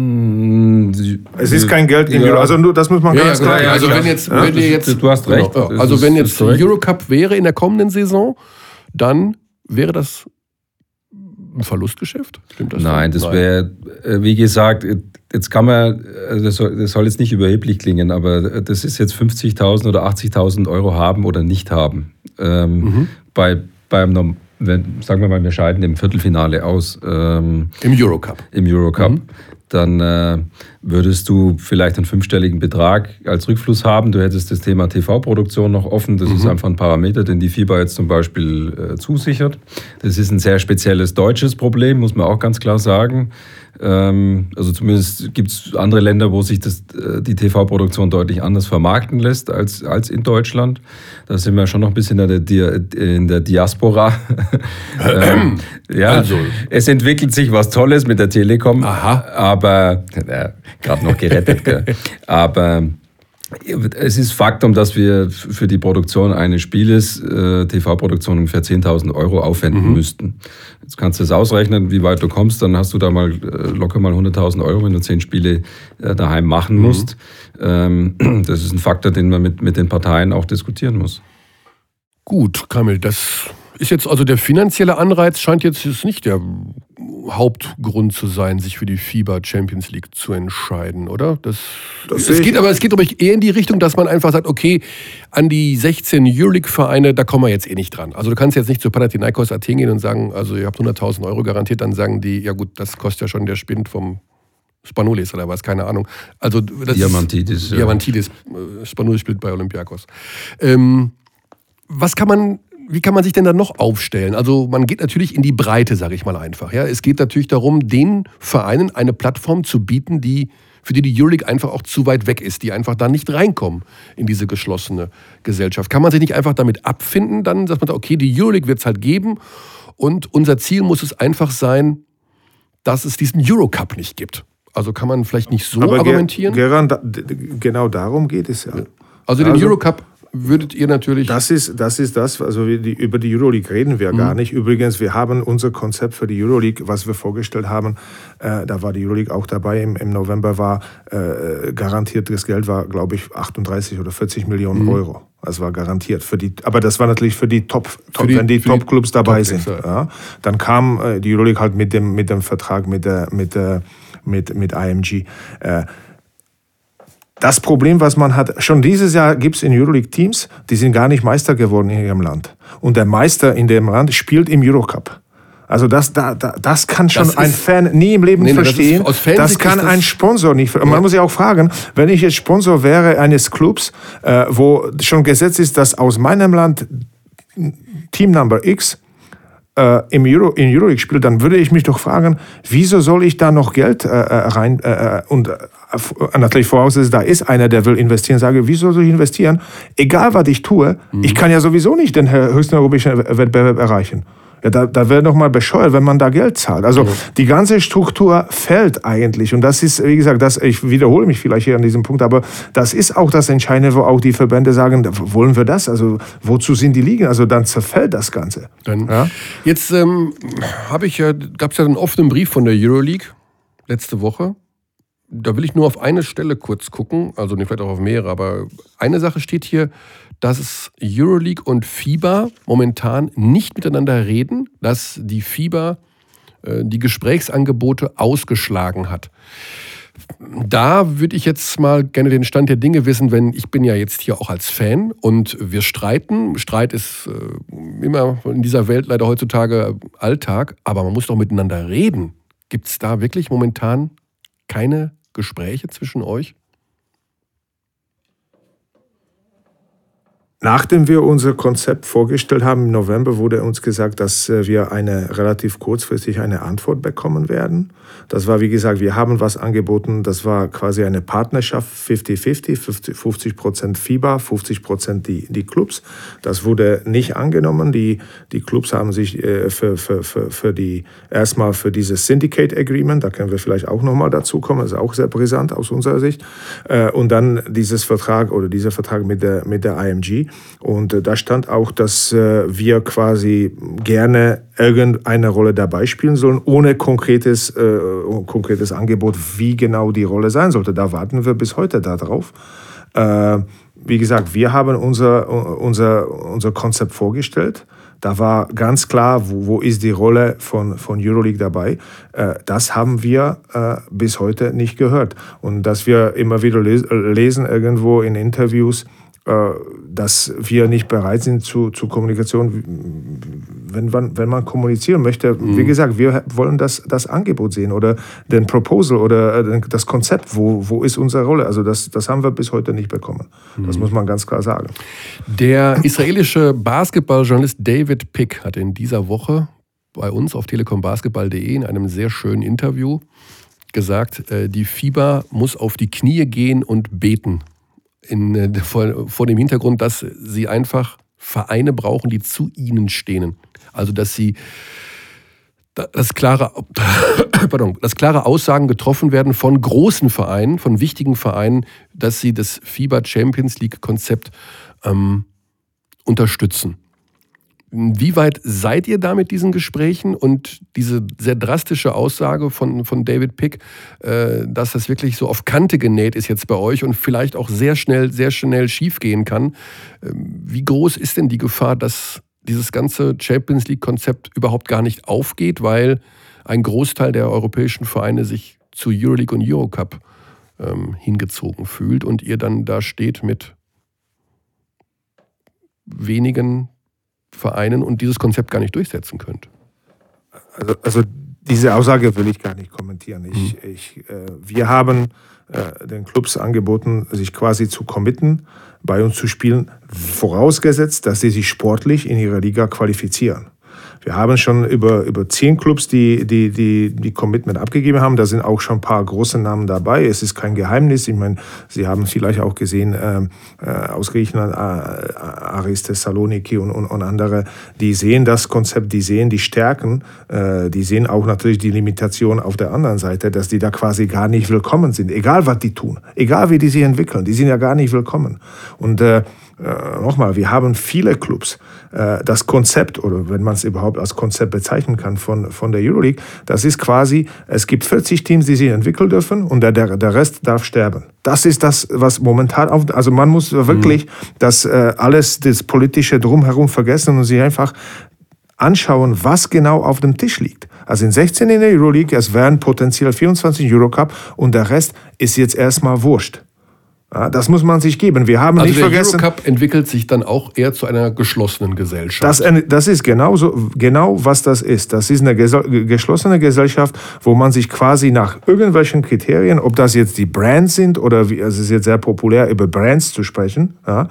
Es ist kein Geld in Euro. Also das muss man ganz klar sagen. Also wenn jetzt, du hast recht. Genau. Also wenn jetzt Eurocup wäre in der kommenden Saison, dann wäre das ein Verlustgeschäft? Stimmt das? Nein, das wäre, wie gesagt, jetzt kann man, das soll jetzt nicht überheblich klingen, aber das ist jetzt 50.000 oder 80.000 € haben oder nicht haben. Beim sagen wir mal, wir scheiden im Viertelfinale aus. Im Eurocup. Im Eurocup. dann würdest du vielleicht einen 5-stelligen Betrag als Rückfluss haben. Du hättest das Thema TV-Produktion noch offen. Das ist einfach ein Parameter, den die FIBA jetzt zum Beispiel zusichert. Das ist ein sehr spezielles deutsches Problem, muss man auch ganz klar sagen. Also zumindest gibt es andere Länder, wo sich die TV-Produktion deutlich anders vermarkten lässt als in Deutschland. Da sind wir schon noch ein bisschen in der Diaspora. Ja, also. Es entwickelt sich was Tolles mit der Telekom. Aha. Aber, gerade noch gerettet, gell? Aber es ist Faktum, dass wir für die Produktion eines Spieles, TV-Produktion, ungefähr 10.000 Euro aufwenden müssten. Jetzt kannst du das ausrechnen, wie weit du kommst, dann hast du da mal locker mal 100.000 Euro, wenn du 10 Spiele daheim machen musst. Das ist ein Faktor, den man mit den Parteien auch diskutieren muss. Gut, Kamil, das ist jetzt also der finanzielle Anreiz, scheint jetzt nicht der Hauptgrund zu sein, sich für die FIBA Champions League zu entscheiden, oder? Es geht aber eher in die Richtung, dass man einfach sagt, okay, an die 16 Euroleague-Vereine, da kommen wir jetzt eh nicht dran. Also du kannst jetzt nicht zu Panathinaikos Athen gehen und sagen, also ihr habt 100.000 Euro garantiert, dann sagen die, ja gut, das kostet ja schon der Spind vom Spanoulis oder was, keine Ahnung. Also das Diamantidis. Diamantidis, Spanoulis spielt bei Olympiakos. Wie kann man sich denn da noch aufstellen? Also man geht natürlich in die Breite, sage ich mal einfach. Ja? Es geht natürlich darum, den Vereinen eine Plattform zu bieten, für die Euroleague einfach auch zu weit weg ist, die einfach da nicht reinkommen in diese geschlossene Gesellschaft. Kann man sich nicht einfach damit abfinden, dann sagt man, okay, die Euroleague wird es halt geben und unser Ziel muss es einfach sein, dass es diesen Eurocup nicht gibt. Also kann man vielleicht nicht so argumentieren? Genau darum geht es ja. Also den Eurocup würdet ihr natürlich... Das ist das, also über die Euroleague reden wir gar nicht. Übrigens, wir haben unser Konzept für die Euroleague, was wir vorgestellt haben, da war die Euroleague auch dabei, im November war garantiertes Geld, war glaube ich 38 oder 40 Millionen Euro. Das war garantiert. Aber das war natürlich für die wenn die Top-Clubs dabei sind. Ja. Dann kam die Euroleague halt mit dem Vertrag mit IMG. Das Problem, was man hat, schon dieses Jahr gibt es in Euroleague Teams, die sind gar nicht Meister geworden in ihrem Land. Und der Meister in dem Land spielt im Eurocup. Also das kann schon ein Fan nie im Leben verstehen. Das kann ein Sponsor nicht verstehen. Man muss sich auch fragen, wenn ich jetzt Sponsor wäre eines Clubs, wo schon gesetzt ist, dass aus meinem Land Team Number X in Euroleague spielt, dann würde ich mich doch fragen, wieso soll ich da noch Geld rein und natürlich voraussetzen, da ist einer, der will investieren, sage, wieso soll ich investieren? Egal, was ich tue, ich kann ja sowieso nicht den höchsten europäischen Wettbewerb erreichen. Ja, da wäre doch mal bescheuert, wenn man da Geld zahlt. Also die ganze Struktur fällt eigentlich. Und das ist, wie gesagt, ich wiederhole mich vielleicht hier an diesem Punkt, aber das ist auch das Entscheidende, wo auch die Verbände sagen, wollen wir das? Also wozu sind die Ligen? Also dann zerfällt das Ganze. Jetzt gab es ja einen offenen Brief von der Euroleague letzte Woche. Da will ich nur auf eine Stelle kurz gucken, also vielleicht auch auf mehrere, aber eine Sache steht hier, dass Euroleague und FIBA momentan nicht miteinander reden, dass die FIBA die Gesprächsangebote ausgeschlagen hat. Da würde ich jetzt mal gerne den Stand der Dinge wissen, wenn ich bin ja jetzt hier auch als Fan und wir streiten. Streit ist immer in dieser Welt leider heutzutage Alltag, aber man muss doch miteinander reden. Gibt es da wirklich momentan keine Gespräche zwischen euch? Nachdem wir unser Konzept vorgestellt haben im November, wurde uns gesagt, dass wir relativ kurzfristig eine Antwort bekommen werden. Das war, wie gesagt, wir haben was angeboten, das war quasi eine Partnerschaft 50-50, 50% FIBA, 50% die Clubs. Das wurde nicht angenommen. Die Clubs haben sich erstmal für dieses Syndicate Agreement, da können wir vielleicht auch nochmal dazu kommen, das ist auch sehr brisant aus unserer Sicht. Und dann dieser Vertrag mit der IMG. Und da stand auch, dass wir quasi gerne irgendeine Rolle dabei spielen sollen, ohne konkretes Angebot, wie genau die Rolle sein sollte. Da warten wir bis heute darauf. Wie gesagt, wir haben unser Konzept vorgestellt. Da war ganz klar, wo ist die Rolle von Euroleague dabei. Das haben wir bis heute nicht gehört. Und dass wir immer wieder lesen irgendwo in Interviews, dass wir nicht bereit sind zu Kommunikation. Wenn man kommunizieren möchte, wie gesagt, wir wollen das Angebot sehen oder den Proposal oder das Konzept, wo ist unsere Rolle. Also das haben wir bis heute nicht bekommen. Das muss man ganz klar sagen. Der israelische Basketballjournalist David Pick hat in dieser Woche bei uns auf telekombasketball.de in einem sehr schönen Interview gesagt, die FIBA muss auf die Knie gehen und beten. Vor dem Hintergrund, dass sie einfach Vereine brauchen, die zu ihnen stehen. Also dass klare Aussagen getroffen werden von großen Vereinen, von wichtigen Vereinen, dass sie das FIBA Champions League Konzept unterstützen. Wie weit seid ihr da mit diesen Gesprächen und diese sehr drastische Aussage von David Pick, dass das wirklich so auf Kante genäht ist jetzt bei euch und vielleicht auch sehr schnell schief gehen kann? Wie groß ist denn die Gefahr, dass dieses ganze Champions League-Konzept überhaupt gar nicht aufgeht, weil ein Großteil der europäischen Vereine sich zu Euroleague und Eurocup hingezogen fühlt und ihr dann da steht mit wenigen Vereinen und dieses Konzept gar nicht durchsetzen könnt? Also diese Aussage will ich gar nicht kommentieren. Wir haben den Clubs angeboten, sich quasi zu committen, bei uns zu spielen, vorausgesetzt, dass sie sich sportlich in ihrer Liga qualifizieren. Wir haben schon über 10 Clubs, die Commitment abgegeben haben. Da sind auch schon ein paar große Namen dabei. Es ist kein Geheimnis. Ich meine, Sie haben vielleicht auch gesehen, aus Griechenland, Aris Thessaloniki und andere, die sehen das Konzept, die sehen die Stärken, die sehen auch natürlich die Limitation auf der anderen Seite, dass die da quasi gar nicht willkommen sind. Egal, was die tun, egal, wie die sich entwickeln, die sind ja gar nicht willkommen. Und nochmal, wir haben viele Clubs. Das Konzept, oder wenn man es überhaupt als Konzept bezeichnen kann von der Euroleague, das ist quasi, es gibt 40 Teams, die sich entwickeln dürfen und der Rest darf sterben. Das ist das, was momentan also man muss wirklich das politische Drumherum vergessen und sich einfach anschauen, was genau auf dem Tisch liegt. Also in 16 in der Euroleague, es wären potenziell 24 Eurocup und der Rest ist jetzt erstmal wurscht. Ja, das muss man sich geben. Wir haben nicht vergessen. Der Eurocup entwickelt sich dann auch eher zu einer geschlossenen Gesellschaft. Das ist genau was das ist. Das ist eine geschlossene Gesellschaft, wo man sich quasi nach irgendwelchen Kriterien, ob das jetzt die Brands sind oder es ist jetzt sehr populär, über Brands zu sprechen, ja,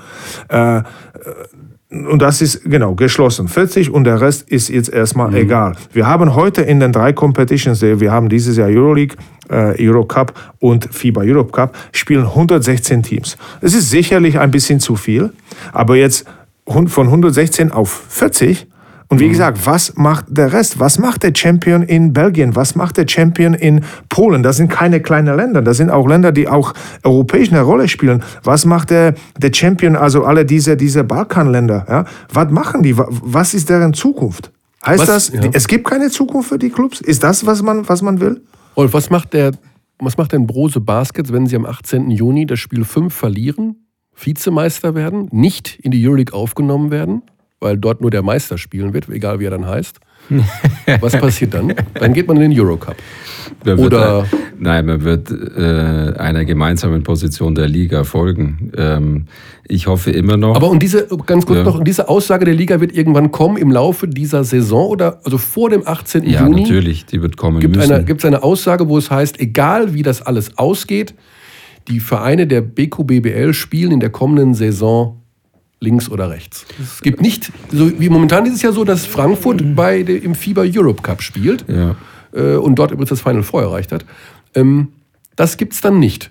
und das ist genau geschlossen. 40 und der Rest ist jetzt erstmal egal. Wir haben heute in den 3 Competitions, wir haben dieses Jahr Euroleague, Eurocup und FIBA Europe Cup, spielen 116 Teams. Es ist sicherlich ein bisschen zu viel, aber jetzt von 116 auf 40. Und wie gesagt, was macht der Rest? Was macht der Champion in Belgien? Was macht der Champion in Polen? Das sind keine kleinen Länder. Das sind auch Länder, die auch europäisch eine Rolle spielen. Was macht der Champion, also alle diese Balkanländer? Ja? Was machen die? Was ist deren Zukunft? Heißt das, es gibt keine Zukunft für die Clubs? Ist das, was man will? Und was macht denn Brose Baskets, wenn sie am 18. Juni das Spiel 5 verlieren, Vizemeister werden, nicht in die Euroleague aufgenommen werden? Weil dort nur der Meister spielen wird, egal wie er dann heißt. Was passiert dann? Dann geht man in den Eurocup. Man wird einer gemeinsamen Position der Liga folgen. Ich hoffe immer noch. Aber diese Aussage der Liga wird irgendwann kommen im Laufe dieser Saison oder also vor dem 18. Juni? Ja, natürlich, die wird kommen müssen. Gibt es eine Aussage, wo es heißt, egal wie das alles ausgeht, die Vereine der BQBBL spielen in der kommenden Saison links oder rechts. Es gibt nicht, so wie momentan ist es ja so, dass Frankfurt im FIBA Europe Cup spielt und dort übrigens das Final Four erreicht hat. Das gibt es dann nicht.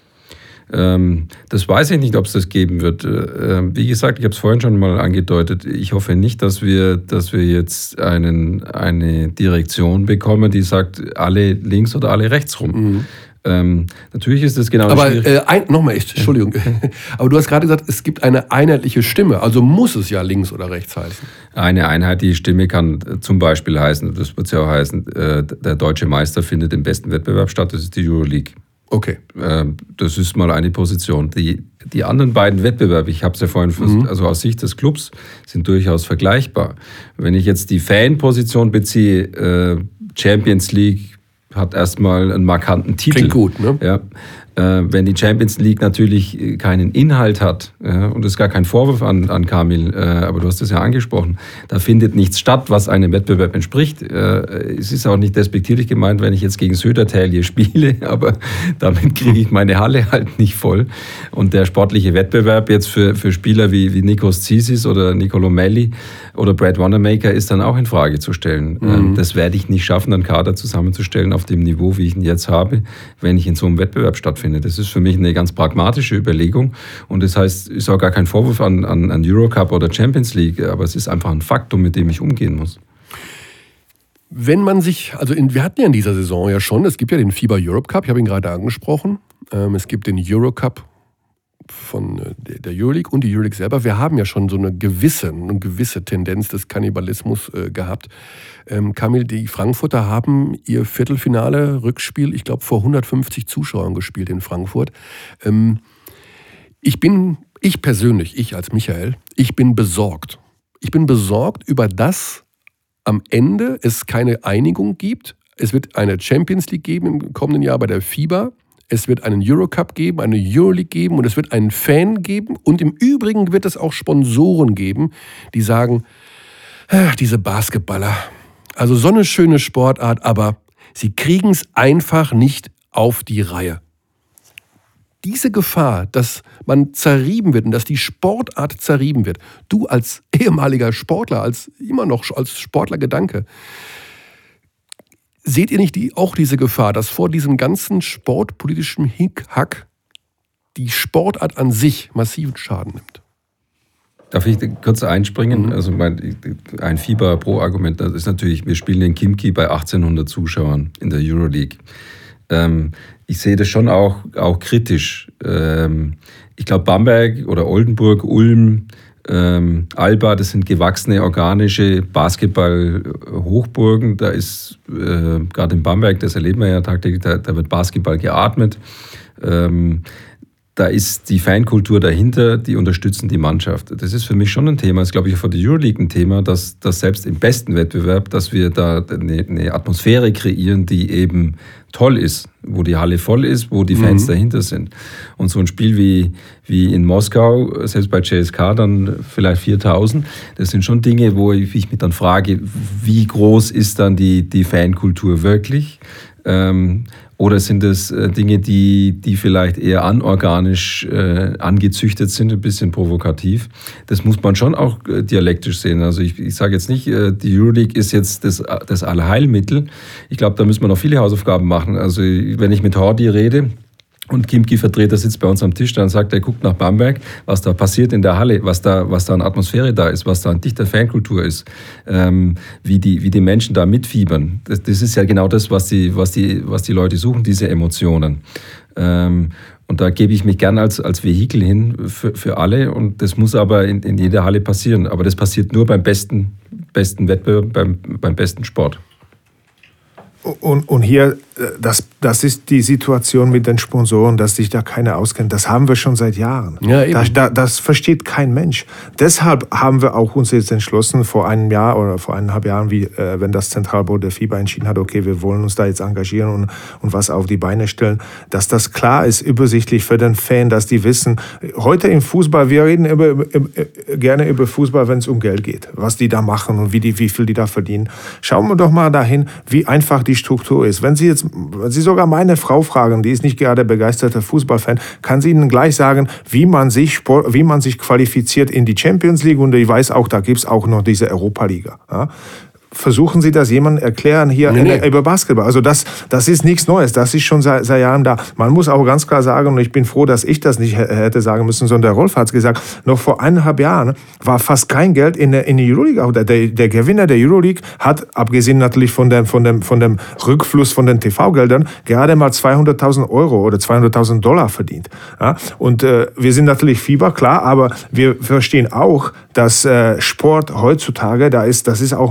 Das weiß ich nicht, ob es das geben wird. Wie gesagt, ich habe es vorhin schon mal angedeutet, ich hoffe nicht, dass wir jetzt eine Direktion bekommen, die sagt, alle links oder alle rechts rum. Natürlich ist das genau aber Entschuldigung, aber du hast gerade gesagt, es gibt eine einheitliche Stimme, also muss es ja links oder rechts heißen. Eine einheitliche Stimme kann zum Beispiel heißen, das wird ja auch heißen, der deutsche Meister findet im besten Wettbewerb statt, das ist die Euroleague. Okay. Das ist mal eine Position. Die anderen beiden Wettbewerbe, ich habe es ja vorhin, also aus Sicht des Clubs, sind durchaus vergleichbar. Wenn ich jetzt die Fanposition beziehe, Champions League hat erstmal einen markanten Titel. Klingt gut, ne? Ja. Wenn die Champions League natürlich keinen Inhalt hat, und das ist gar kein Vorwurf an Kamil, aber du hast es ja angesprochen, da findet nichts statt, was einem Wettbewerb entspricht. Es ist auch nicht despektierlich gemeint, wenn ich jetzt gegen Södertälje spiele, aber damit kriege ich meine Halle halt nicht voll. Und der sportliche Wettbewerb jetzt für Spieler wie Nikos Zisis oder Nicolo Melli oder Brad Wanamaker ist dann auch in Frage zu stellen. Das werde ich nicht schaffen, einen Kader zusammenzustellen auf dem Niveau, wie ich ihn jetzt habe, wenn ich in so einem Wettbewerb stattfinde. Das ist für mich eine ganz pragmatische Überlegung und das heißt, ist auch gar kein Vorwurf an Eurocup oder Champions League, aber es ist einfach ein Faktum, mit dem ich umgehen muss. Wenn man sich, wir hatten ja in dieser Saison ja schon, es gibt ja den FIBA Europe Cup, ich habe ihn gerade angesprochen, es gibt den Eurocup von der Euroleague und die Euroleague selber. Wir haben ja schon so eine gewisse Tendenz des Kannibalismus gehabt. Kamil, die Frankfurter haben ihr Viertelfinale-Rückspiel, ich glaube, vor 150 Zuschauern gespielt in Frankfurt. Ich als Michael, ich bin besorgt. Ich bin besorgt über das, am Ende es keine Einigung gibt. Es wird eine Champions League geben im kommenden Jahr bei der FIBA. Es wird einen Eurocup geben, eine Euroleague geben und es wird einen Fan geben. Und im Übrigen wird es auch Sponsoren geben, die sagen, diese Basketballer, also so eine schöne Sportart, aber sie kriegen es einfach nicht auf die Reihe. Diese Gefahr, dass man zerrieben wird und dass die Sportart zerrieben wird, du als ehemaliger Sportler, immer noch als Sportlergedanke, seht ihr nicht auch diese Gefahr, dass vor diesem ganzen sportpolitischen Hickhack die Sportart an sich massiven Schaden nimmt? Darf ich kurz einspringen? Also ein FIBA-Pro-Argument, das ist natürlich, wir spielen den Khimki bei 1800 Zuschauern in der Euroleague. Ich sehe das schon auch kritisch. Ich glaube, Bamberg oder Oldenburg, Ulm, Alba, das sind gewachsene, organische Basketball-Hochburgen. Da ist gerade in Bamberg, das erleben wir ja tagtäglich, da wird Basketball geatmet. Da ist die Fankultur dahinter, die unterstützen die Mannschaft. Das ist für mich schon ein Thema, das ist, glaube ich, für die Euroleague ein Thema, dass selbst im besten Wettbewerb, dass wir da eine Atmosphäre kreieren, die eben toll ist, wo die Halle voll ist, wo die Fans dahinter sind. Und so ein Spiel wie in Moskau, selbst bei CSKA dann vielleicht 4000, das sind schon Dinge, wo ich mich dann frage, wie groß ist dann die Fankultur wirklich? Oder sind es Dinge, die vielleicht eher anorganisch angezüchtet sind, ein bisschen provokativ? Das muss man schon auch dialektisch sehen. Also ich sage jetzt nicht, die Euroleague ist jetzt das Allheilmittel. Ich glaube, da müssen wir noch viele Hausaufgaben machen. Also wenn ich mit Hordi rede, und Khimki-Vertreter sitzt bei uns am Tisch, dann sagt er, guckt nach Bamberg, was da passiert in der Halle, was da an Atmosphäre da ist, was da an dichter Fankultur ist, wie die Menschen da mitfiebern. Das ist ja genau das, was die Leute suchen, diese Emotionen. Und da gebe ich mich gern als Vehikel hin für alle und das muss aber in jeder Halle passieren. Aber das passiert nur beim besten Wettbewerb, beim besten Sport. Und hier, das ist die Situation mit den Sponsoren, dass sich da keiner auskennt. Das haben wir schon seit Jahren. Ja, eben. Das versteht kein Mensch. Deshalb haben wir auch uns jetzt entschlossen, vor einem Jahr oder vor 1,5 Jahren, wenn das Zentralboard der FIBA entschieden hat, okay, wir wollen uns da jetzt engagieren und was auf die Beine stellen, dass das klar ist, übersichtlich für den Fan, dass die wissen, heute im Fußball, wir reden gerne über Fußball, wenn es um Geld geht, was die da machen und wie viel die da verdienen. Schauen wir doch mal dahin, wie einfach die Struktur ist. Wenn Sie sogar meine Frau fragen, die ist nicht gerade begeisterter Fußballfan, kann sie Ihnen gleich sagen, wie man sich qualifiziert in die Champions League und ich weiß auch, da gibt es auch noch diese Europa-Liga. Ja? Versuchen Sie das jemandem erklären hier über Basketball. Also das ist nichts Neues, das ist schon seit Jahren da. Man muss auch ganz klar sagen, und ich bin froh, dass ich das nicht hätte sagen müssen, sondern der Rolf hat es gesagt, noch vor 1,5 Jahren war fast kein Geld in der Euroleague. Der Gewinner der Euroleague hat, abgesehen natürlich von dem Rückfluss von den TV-Geldern, gerade mal 200.000 Euro oder 200.000 Dollar verdient. Ja? Und wir sind natürlich FIBA, klar, aber wir verstehen auch, dass Sport heutzutage, das ist auch mit dem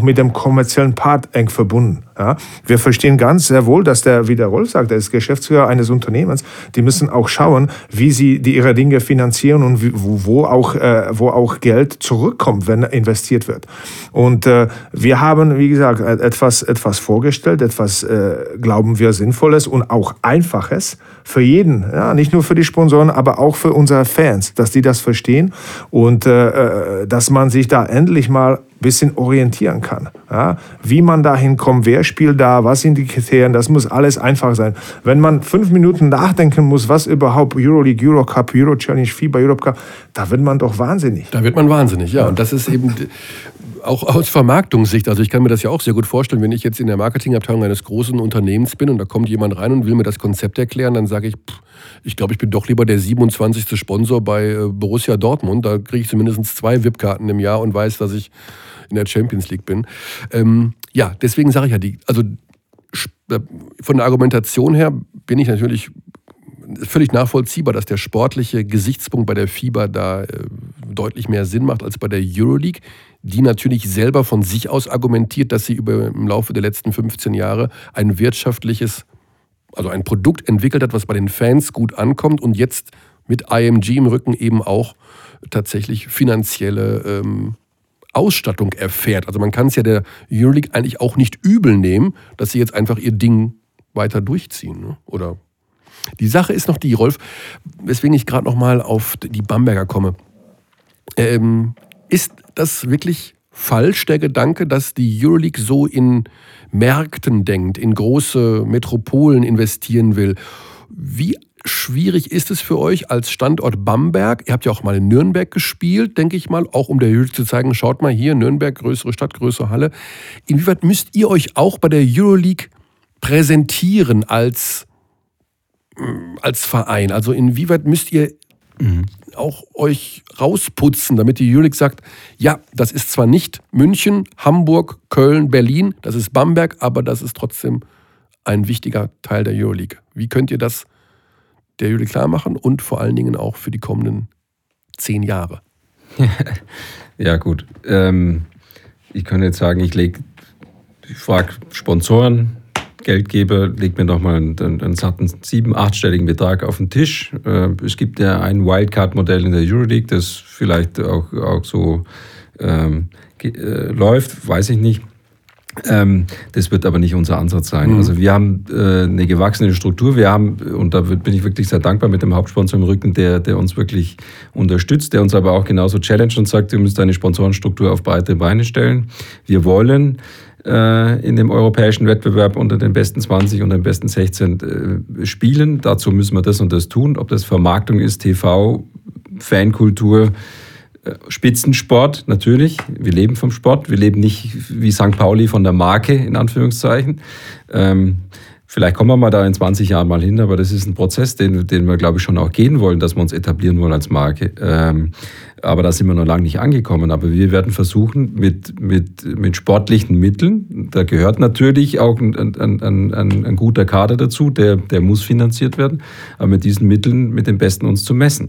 kommerziellen Part eng verbunden. Ja? Wir verstehen ganz sehr wohl, dass wie der Rolf sagt, der ist Geschäftsführer eines Unternehmens, die müssen auch schauen, wie sie ihre Dinge finanzieren und wo auch Geld zurückkommt, wenn investiert wird. Und wir haben, wie gesagt, etwas vorgestellt, etwas glauben wir Sinnvolles und auch Einfaches für jeden, ja, nicht nur für die Sponsoren, aber auch für unsere Fans, dass die das verstehen und dass man sich da endlich mal ein bisschen orientieren kann. Ja? Wie man da hinkommt, wer spielt da, was sind die Kriterien, das muss alles einfach sein. Wenn man 5 Minuten nachdenken muss, was überhaupt Euroleague, Eurocup, Euro Challenge, FIBA Europe Cup, da wird man doch wahnsinnig. Da wird man wahnsinnig, ja. Und das ist eben auch aus Vermarktungssicht, also ich kann mir das ja auch sehr gut vorstellen, wenn ich jetzt in der Marketingabteilung eines großen Unternehmens bin und da kommt jemand rein und will mir das Konzept erklären, dann sage ich, ich glaube, ich bin doch lieber der 27. Sponsor bei Borussia Dortmund. Da kriege ich zumindest 2 VIP-Karten im Jahr und weiß, dass ich in der Champions League bin. Ja, deswegen sage ich ja, von der Argumentation her bin ich natürlich völlig nachvollziehbar, dass der sportliche Gesichtspunkt bei der FIBA da deutlich mehr Sinn macht als bei der Euroleague, die natürlich selber von sich aus argumentiert, dass sie im Laufe der letzten 15 Jahre ein ein Produkt entwickelt hat, was bei den Fans gut ankommt und jetzt mit IMG im Rücken eben auch tatsächlich finanzielle Ausstattung erfährt. Also man kann es ja der Euroleague eigentlich auch nicht übel nehmen, dass sie jetzt einfach ihr Ding weiter durchziehen. Ne? Oder die Sache ist noch die, Rolf, weswegen ich gerade noch mal auf die Bamberger komme. Ist das wirklich falsch, der Gedanke, dass die Euroleague so in Märkten denkt, in große Metropolen investieren will? Wie schwierig ist es für euch als Standort Bamberg? Ihr habt ja auch mal in Nürnberg gespielt, denke ich mal, auch um der Euroleague zu zeigen, schaut mal hier, Nürnberg, größere Stadt, größere Halle. Inwieweit müsst ihr euch auch bei der Euroleague präsentieren als Verein? Also inwieweit müsst ihr auch euch rausputzen, damit die Euroleague sagt, ja, das ist zwar nicht München, Hamburg, Köln, Berlin, das ist Bamberg, aber das ist trotzdem ein wichtiger Teil der Euroleague. Wie könnt ihr das der Euroleague klar machen und vor allen Dingen auch für die kommenden 10 Jahre? Ja gut, ich kann jetzt sagen, ich frage Sponsoren, Geldgeber, legt mir nochmal einen satten 7-, 8-stelligen Betrag auf den Tisch. Es gibt ja ein Wildcard-Modell in der Euroleague, das vielleicht auch so läuft, weiß ich nicht. Das wird aber nicht unser Ansatz sein. Also wir haben eine gewachsene Struktur. Wir haben, und da bin ich wirklich sehr dankbar mit dem Hauptsponsor im Rücken, der uns wirklich unterstützt, der uns aber auch genauso challenged und sagt, ihr müsst eine Sponsorenstruktur auf breite Beine stellen. Wir wollen in dem europäischen Wettbewerb unter den besten 20 und den besten 16 spielen. Dazu müssen wir das und das tun. Ob das Vermarktung ist, TV, Fankultur, Spitzensport, natürlich. Wir leben vom Sport. Wir leben nicht wie St. Pauli von der Marke, in Anführungszeichen. Vielleicht kommen wir mal da in 20 Jahren mal hin, aber das ist ein Prozess, den wir, glaube ich, schon auch gehen wollen, dass wir uns etablieren wollen als Marke. Aber da sind wir noch lange nicht angekommen. Aber wir werden versuchen, mit sportlichen Mitteln, da gehört natürlich auch ein guter Kader dazu, der muss finanziert werden, aber mit diesen Mitteln mit den Besten uns zu messen.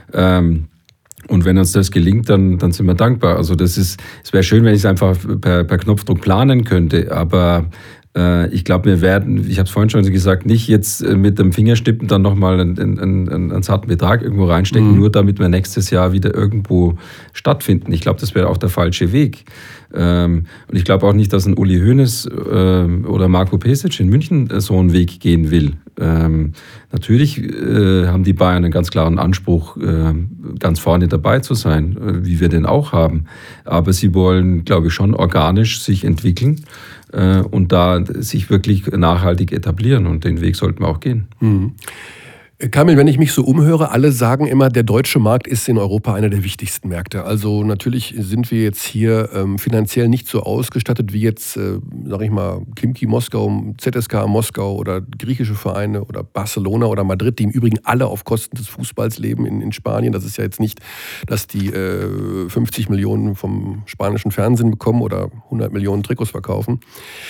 Und wenn uns das gelingt, dann sind wir dankbar. Also es wäre schön, wenn ich es einfach per Knopfdruck planen könnte, aber ich glaube, ich habe es vorhin schon gesagt, nicht jetzt mit dem Fingerstippen dann nochmal einen zarten Betrag irgendwo reinstecken, nur damit wir nächstes Jahr wieder irgendwo stattfinden. Ich glaube, das wäre auch der falsche Weg. Und ich glaube auch nicht, dass ein Uli Hoeneß oder Marco Pesic in München so einen Weg gehen will. Natürlich haben die Bayern einen ganz klaren Anspruch, ganz vorne dabei zu sein, wie wir den auch haben. Aber sie wollen, glaube ich, schon organisch sich entwickeln und da sich wirklich nachhaltig etablieren. Und den Weg sollten wir auch gehen. Kamil, wenn ich mich so umhöre, alle sagen immer, der deutsche Markt ist in Europa einer der wichtigsten Märkte. Also natürlich sind wir jetzt hier finanziell nicht so ausgestattet wie jetzt, sag ich mal, Khimki Moskau, ZSKA Moskau oder griechische Vereine oder Barcelona oder Madrid, die im Übrigen alle auf Kosten des Fußballs leben in Spanien. Das ist ja jetzt nicht, dass die 50 Millionen vom spanischen Fernsehen bekommen oder 100 Millionen Trikots verkaufen.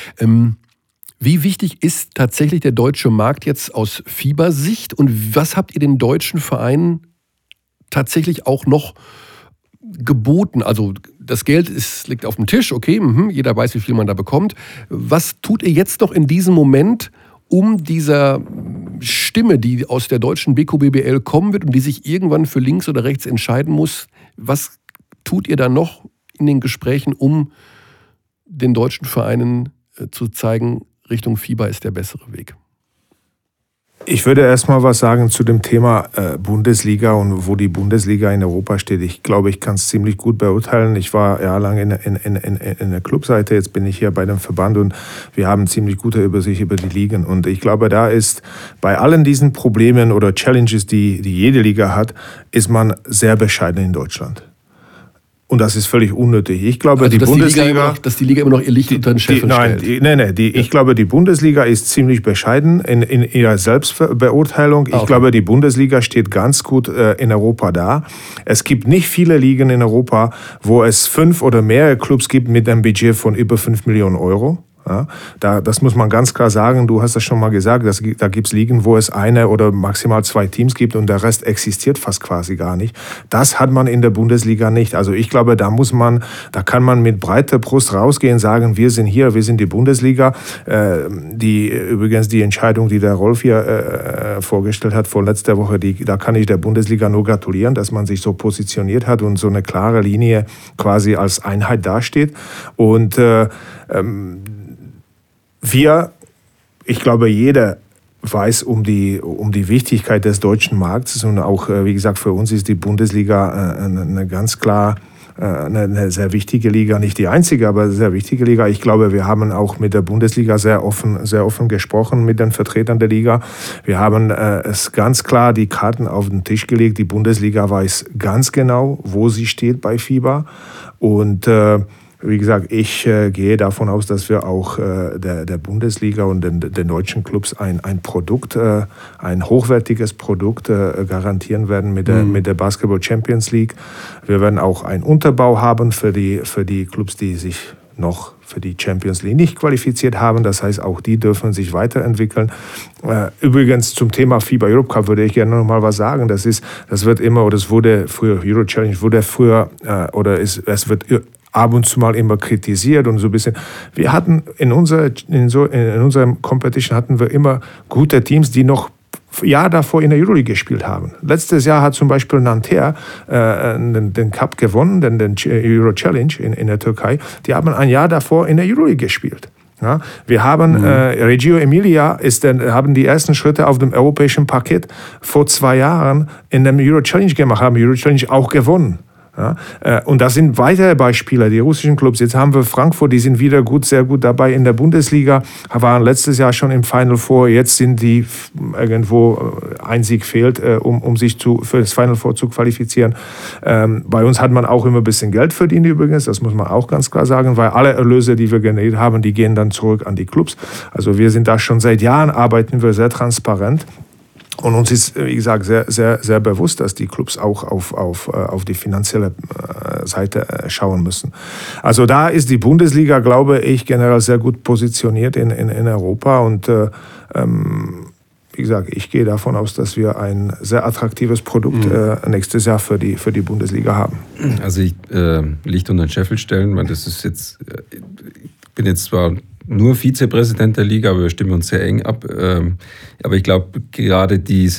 Wie wichtig ist tatsächlich der deutsche Markt jetzt aus FIBA-Sicht und was habt ihr den deutschen Vereinen tatsächlich auch noch geboten? Also das Geld liegt auf dem Tisch, okay, jeder weiß, wie viel man da bekommt. Was tut ihr jetzt noch in diesem Moment, um dieser Stimme, die aus der deutschen BKBBL kommen wird und die sich irgendwann für links oder rechts entscheiden muss, was tut ihr da noch in den Gesprächen, um den deutschen Vereinen zu zeigen, Richtung FIBA ist der bessere Weg? Ich würde erstmal was sagen zu dem Thema Bundesliga und wo die Bundesliga in Europa steht. Ich glaube, ich kann es ziemlich gut beurteilen. Ich war jahrelang in der Clubseite, jetzt bin ich hier bei dem Verband und wir haben ziemlich gute Übersicht über die Ligen. Und ich glaube, da ist bei allen diesen Problemen oder Challenges, die jede Liga hat, ist man sehr bescheiden in Deutschland. Und das ist völlig unnötig. Ich glaube, also, die Bundesliga... dass die Liga immer noch ihr Licht unter den Scheffel stellt. Ich glaube, die Bundesliga ist ziemlich bescheiden in ihrer Selbstbeurteilung. Ich glaube, die Bundesliga steht ganz gut in Europa da. Es gibt nicht viele Ligen in Europa, wo es 5 oder mehr Clubs gibt mit einem Budget von über 5 Millionen Euro. Ja, das muss man ganz klar sagen. Du hast das schon mal gesagt, da gibt es Ligen, wo es eine oder maximal 2 Teams gibt und der Rest existiert fast quasi gar nicht. Das hat man in der Bundesliga nicht. Also ich glaube, da kann man mit breiter Brust rausgehen, sagen, wir sind hier, wir sind die Bundesliga. Übrigens die Entscheidung, die der Rolf hier vorgestellt hat vor letzter Woche, da kann ich der Bundesliga nur gratulieren, dass man sich so positioniert hat und so eine klare Linie quasi als Einheit dasteht. Und ich glaube, jeder weiß um die Wichtigkeit des deutschen Marktes und auch, wie gesagt, für uns ist die Bundesliga eine ganz klar eine sehr wichtige Liga, nicht die einzige, aber eine sehr wichtige Liga. Ich glaube, wir haben auch mit der Bundesliga sehr offen gesprochen mit den Vertretern der Liga. Wir haben es ganz klar die Karten auf den Tisch gelegt. Die Bundesliga weiß ganz genau, wo sie steht bei FIBA und wie gesagt, ich gehe davon aus, dass wir auch der Bundesliga und den deutschen Clubs ein Produkt, ein hochwertiges Produkt garantieren werden mit der Basketball Champions League. Wir werden auch einen Unterbau haben für die Clubs, die sich noch für die Champions League nicht qualifiziert haben. Das heißt, auch die dürfen sich weiterentwickeln. Übrigens zum Thema FIBA Europe Cup würde ich gerne noch mal was sagen. Das wurde früher Euro Challenge, es wird ab und zu mal immer kritisiert und so ein bisschen. Wir hatten in unserem Competition hatten wir immer gute Teams, die noch Jahr davor in der Euroleague gespielt haben. Letztes Jahr hat zum Beispiel Nanterre den Cup gewonnen, den Euro Challenge in der Türkei. Die haben ein Jahr davor in der Euroleague gespielt. Ja, wir haben Reggio Emilia haben die ersten Schritte auf dem europäischen Parkett vor 2 Jahren in dem Euro Challenge gemacht, haben Euro Challenge auch gewonnen. Ja, und das sind weitere Beispiele, die russischen Clubs. Jetzt haben wir Frankfurt, die sind wieder sehr gut dabei in der Bundesliga, waren letztes Jahr schon im Final Four, jetzt sind die irgendwo, ein Sieg fehlt, um sich für das Final Four zu qualifizieren. Bei uns hat man auch immer ein bisschen Geld verdient übrigens, das muss man auch ganz klar sagen, weil alle Erlöse, die wir generiert haben, die gehen dann zurück an die Clubs. Also wir sind da schon seit Jahren, arbeiten wir sehr transparent. Und uns ist, wie gesagt, sehr, sehr, sehr bewusst, dass die Clubs auch auf die finanzielle Seite schauen müssen. Also da ist die Bundesliga, glaube ich, generell sehr gut positioniert in Europa. Und wie gesagt, ich gehe davon aus, dass wir ein sehr attraktives Produkt nächstes Jahr für die Bundesliga haben. Also ich Licht unter den Scheffel stellen, weil das ist jetzt, ich bin jetzt zwar nur Vizepräsident der Liga, aber wir stimmen uns sehr eng ab. Aber ich glaube, gerade die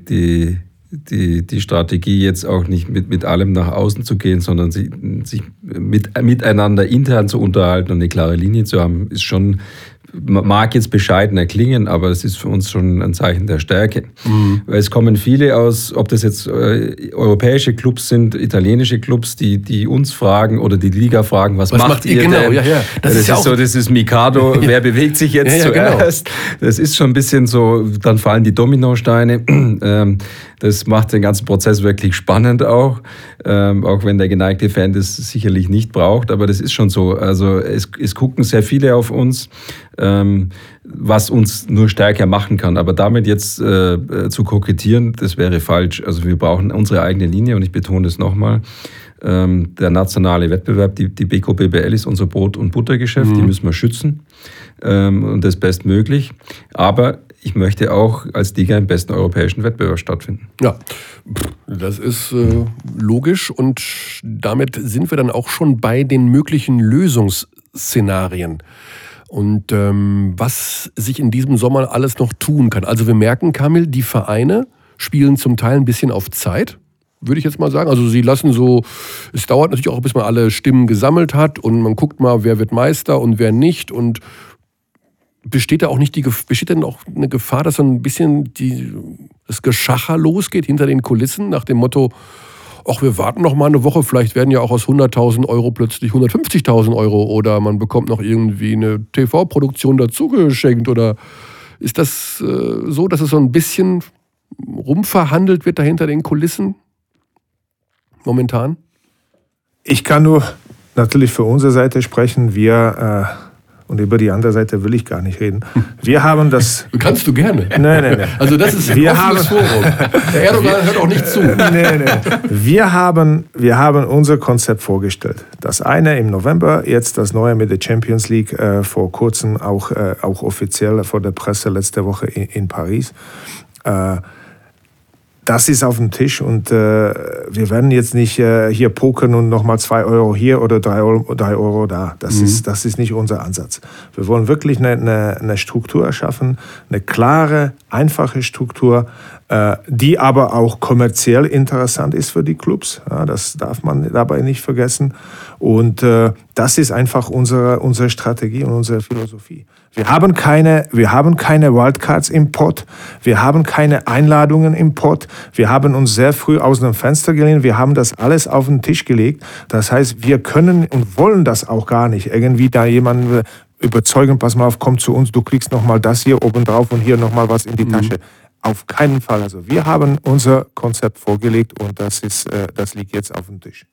Strategie, jetzt auch nicht mit allem nach außen zu gehen, sondern sich miteinander intern zu unterhalten und eine klare Linie zu haben, ist schon, mag jetzt bescheidener klingen, aber es ist für uns schon ein Zeichen der Stärke. Weil es kommen viele aus, ob das jetzt europäische Clubs sind, italienische Clubs, die uns fragen oder die Liga fragen, was macht ihr genau, denn? Ja. Das ist so, das ist Mikado, wer bewegt sich jetzt zuerst? Genau. Das ist schon ein bisschen so, dann fallen die Dominosteine. Das macht den ganzen Prozess wirklich spannend auch wenn der geneigte Fan das sicherlich nicht braucht, aber das ist schon so. Also es gucken sehr viele auf uns, was uns nur stärker machen kann. Aber damit jetzt zu kokettieren, das wäre falsch. Also wir brauchen unsere eigene Linie und ich betone es nochmal. Der nationale Wettbewerb, die BKBBL ist unser Brot- und Buttergeschäft, die müssen wir schützen und das bestmöglich. Aber ich möchte auch als Liga im besten europäischen Wettbewerb stattfinden. Ja, das ist logisch und damit sind wir dann auch schon bei den möglichen Lösungsszenarien. Und was sich in diesem Sommer alles noch tun kann. Also wir merken, Kamil, die Vereine spielen zum Teil ein bisschen auf Zeit, würde ich jetzt mal sagen. Also sie lassen so, es dauert natürlich auch, bis man alle Stimmen gesammelt hat und man guckt mal, wer wird Meister und wer nicht. Und besteht denn auch eine Gefahr, dass so ein bisschen das Geschacher losgeht hinter den Kulissen nach dem Motto, ach, wir warten noch mal eine Woche, vielleicht werden ja auch aus 100.000 Euro plötzlich 150.000 Euro oder man bekommt noch irgendwie eine TV-Produktion dazu geschenkt oder ist das so, dass es so ein bisschen rumverhandelt wird dahinter den Kulissen momentan? Ich kann nur natürlich für unsere Seite sprechen. Und über die andere Seite will ich gar nicht reden. Wir haben das... Kannst du gerne. Nein. Also das ist ein offenes Forum. Der Erdogan hört auch nicht zu. Nein. Wir haben unser Konzept vorgestellt. Das eine im November, jetzt das neue mit der Champions League, vor kurzem auch offiziell vor der Presse letzte Woche in Paris. Das ist auf dem Tisch und wir werden jetzt nicht hier pokern und nochmal 2 Euro hier oder 3 Euro da. Das ist nicht unser Ansatz. Wir wollen wirklich eine Struktur erschaffen, eine klare, einfache Struktur, die aber auch kommerziell interessant ist für die Clubs. Ja, das darf man dabei nicht vergessen. Und das ist einfach unsere Strategie und unsere Philosophie. Wir haben keine Wildcards im Pot. Wir haben keine Einladungen im Pot. Wir haben uns sehr früh aus dem Fenster gelehnt. Wir haben das alles auf den Tisch gelegt. Das heißt, wir können und wollen das auch gar nicht. Irgendwie da jemanden überzeugen, pass mal auf, komm zu uns, du kriegst nochmal das hier oben drauf und hier nochmal was in die Tasche. Auf keinen Fall. Also wir haben unser Konzept vorgelegt und das liegt jetzt auf dem Tisch.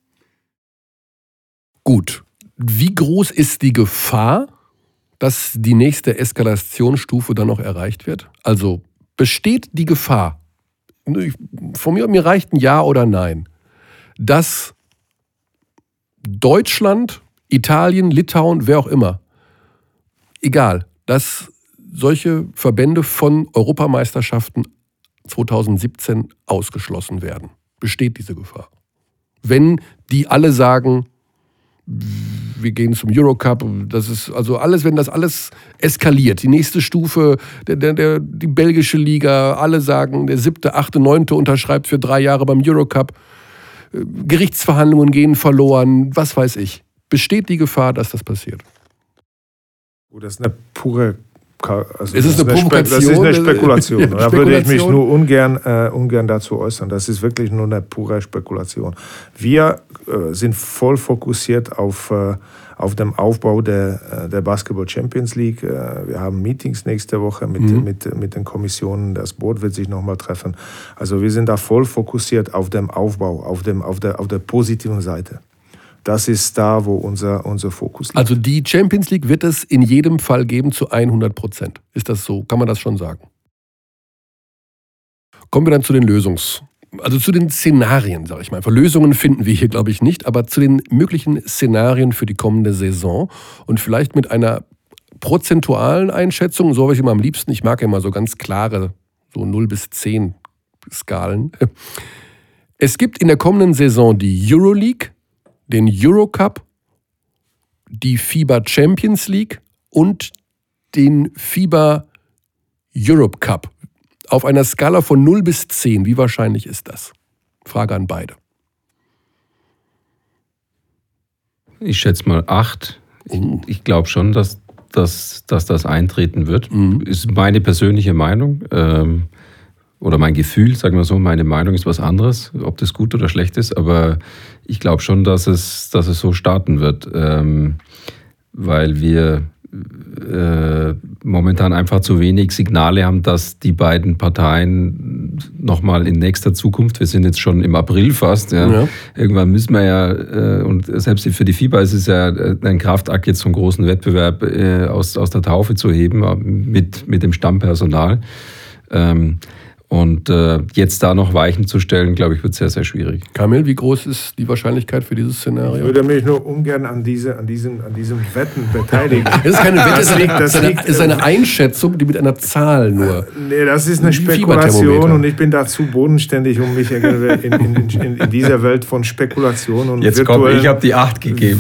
Gut. Wie groß ist die Gefahr, dass die nächste Eskalationsstufe dann noch erreicht wird? Also besteht die Gefahr, von mir reicht ein Ja oder Nein, dass Deutschland, Italien, Litauen, wer auch immer, egal, dass solche Verbände von Europameisterschaften 2017 ausgeschlossen werden? Besteht diese Gefahr? Wenn die alle sagen, wir gehen zum Eurocup, das ist also alles, wenn das alles eskaliert, die nächste Stufe, die belgische Liga, alle sagen, der 7., 8., 9. unterschreibt für 3 Jahre beim Eurocup, Gerichtsverhandlungen gehen verloren, was weiß ich. Besteht die Gefahr, dass das passiert? Das ist eine pure es ist eine Provokation. Das ist eine Spekulation. Da würde ich mich nur ungern dazu äußern. Das ist wirklich nur eine pure Spekulation. Wir sind voll fokussiert auf dem Aufbau der Basketball Champions League. Wir haben Meetings nächste Woche mit den Kommissionen. Das Board wird sich nochmal treffen. Also wir sind da voll fokussiert auf dem Aufbau, auf der positiven Seite. Das ist da, wo unser Fokus liegt. Also die Champions League wird es in jedem Fall geben zu 100%. Ist das so? Kann man das schon sagen? Kommen wir dann zu den Szenarien, sage ich mal. Lösungen finden wir hier, glaube ich, nicht, aber zu den möglichen Szenarien für die kommende Saison und vielleicht mit einer prozentualen Einschätzung, so habe ich immer am liebsten. Ich mag ja immer so ganz klare, so 0 bis 10 Skalen. Es gibt in der kommenden Saison die Euroleague, den Eurocup, die FIBA Champions League und den FIBA Europe Cup. Auf einer Skala von 0 bis 10, wie wahrscheinlich ist das? Frage an beide. Ich schätze mal 8. Ich glaube schon, dass das eintreten wird. Ist meine persönliche Meinung. Oder mein Gefühl, sagen wir so, meine Meinung ist was anderes, ob das gut oder schlecht ist, aber ich glaube schon, dass es so starten wird, weil wir momentan einfach zu wenig Signale haben, dass die beiden Parteien nochmal in nächster Zukunft, wir sind jetzt schon im April fast, ja. Irgendwann müssen wir ja, und selbst für die FIBA ist es ja ein Kraftakt, jetzt so einen großen Wettbewerb aus der Taufe zu heben, mit dem Stammpersonal. Und jetzt da noch Weichen zu stellen, glaube ich, wird sehr, sehr schwierig. Kamil, wie groß ist die Wahrscheinlichkeit für dieses Szenario? Ich würde mich nur ungern an diesem Wetten beteiligen. Das ist keine Wette, das ist eine Einschätzung, die mit einer Zahl nur. Nee, das ist eine Spekulation und ich bin da zu bodenständig, um mich in dieser Welt von Spekulation und jetzt virtuellen, ich habe die 8 gegeben.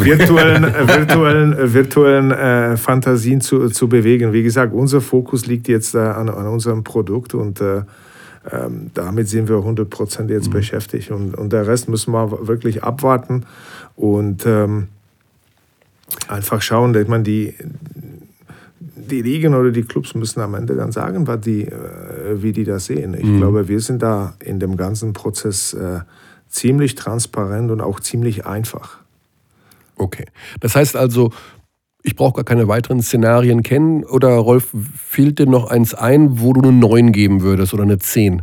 virtuellen Fantasien zu bewegen. Wie gesagt, unser Fokus liegt jetzt an unserem Produkt und damit sind wir 100% jetzt beschäftigt. Und der Rest müssen wir wirklich abwarten und einfach schauen. Ich meine, die Ligen oder die Clubs müssen am Ende dann sagen, wie die das sehen. Ich glaube, wir sind da in dem ganzen Prozess ziemlich transparent und auch ziemlich einfach. Okay. Das heißt also, ich brauche gar keine weiteren Szenarien kennen. Oder Rolf, fehlt dir noch eins ein, wo du eine 9 geben würdest oder eine 10?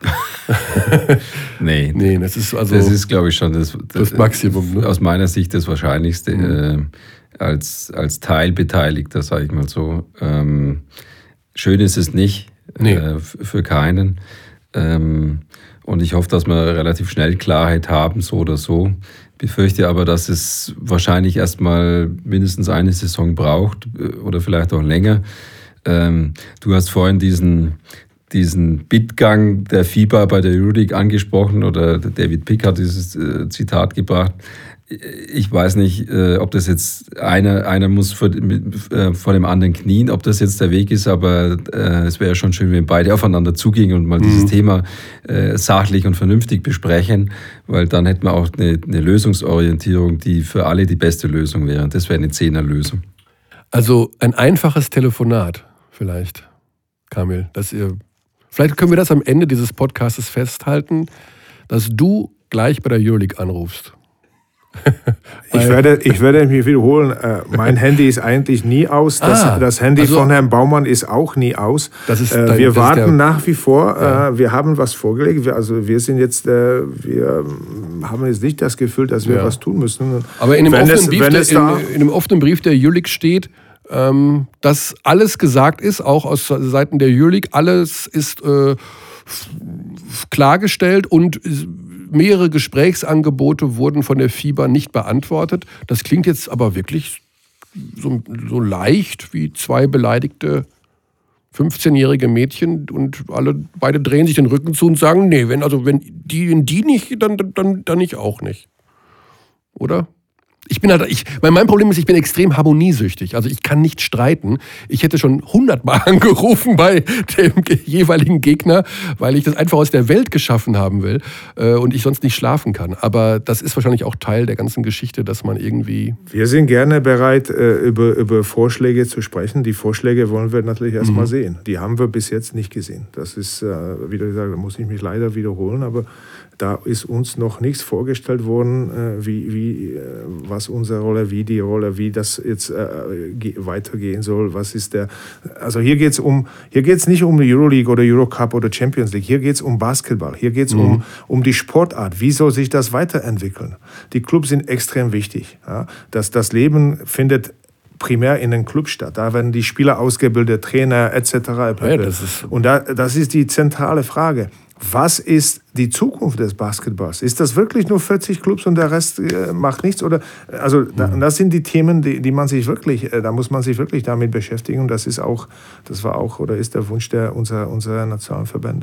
Nee, das ist glaube ich, schon das Maximum. Ne? Aus meiner Sicht das Wahrscheinlichste als Teilbeteiligter, sage ich mal so. Schön ist es nicht, für keinen. Und ich hoffe, dass wir relativ schnell Klarheit haben, so oder so. Befürchte aber, dass es wahrscheinlich erstmal mindestens eine Saison braucht oder vielleicht auch länger. Du hast vorhin diesen Bittgang der FIBA bei der Euroleague angesprochen oder David Pick hat dieses Zitat gebracht. Ich weiß nicht, ob das jetzt einer muss vor dem anderen knien, ob das jetzt der Weg ist, aber es wäre schon schön, wenn beide aufeinander zugingen und mal dieses Thema sachlich und vernünftig besprechen, weil dann hätten wir auch eine Lösungsorientierung, die für alle die beste Lösung wäre. Das wäre eine 10er-Lösung. Also ein einfaches Telefonat vielleicht, Kamil, vielleicht können wir das am Ende dieses Podcasts festhalten, dass du gleich bei der Euroleague anrufst. Ich werde mich wiederholen, mein Handy ist eigentlich nie aus, das Handy von Herrn Baumann ist auch nie aus. Wir warten nach wie vor, wir haben was vorgelegt, wir haben jetzt nicht das Gefühl, dass wir was tun müssen. Aber in dem offenen Brief der Euroleague steht, dass alles gesagt ist, auch aus Seiten der Euroleague, alles ist klargestellt und mehrere Gesprächsangebote wurden von der FIBA nicht beantwortet. Das klingt jetzt aber wirklich so leicht wie 2 beleidigte 15-jährige Mädchen und beide drehen sich den Rücken zu und sagen, nee, wenn die nicht, dann ich auch nicht. Oder? Mein Problem ist, ich bin extrem harmoniesüchtig. Also ich kann nicht streiten. Ich hätte schon 100-mal angerufen bei dem jeweiligen Gegner, weil ich das einfach aus der Welt geschaffen haben will und ich sonst nicht schlafen kann. Aber das ist wahrscheinlich auch Teil der ganzen Geschichte, dass man irgendwie... Wir sind gerne bereit, über Vorschläge zu sprechen. Die Vorschläge wollen wir natürlich erstmal sehen. Die haben wir bis jetzt nicht gesehen. Das ist, wieder gesagt, da muss ich mich leider wiederholen, aber da ist uns noch nichts vorgestellt worden, was unsere Rolle, wie das jetzt weitergehen soll. Was ist also hier geht es nicht um die Euroleague oder Eurocup oder Champions League. Hier geht es um Basketball. Hier geht es um die Sportart. Wie soll sich das weiterentwickeln? Die Clubs sind extrem wichtig. Ja? Das Leben findet primär in den Clubs statt. Da werden die Spieler ausgebildet, Trainer etc. Und das ist die zentrale Frage. Was ist die Zukunft des Basketballs? Ist das wirklich nur 40 Clubs und der Rest macht nichts? Oder, das sind die Themen, die man sich wirklich, da muss man sich wirklich damit beschäftigen. Und das ist der Wunsch unserer nationalen Verbände.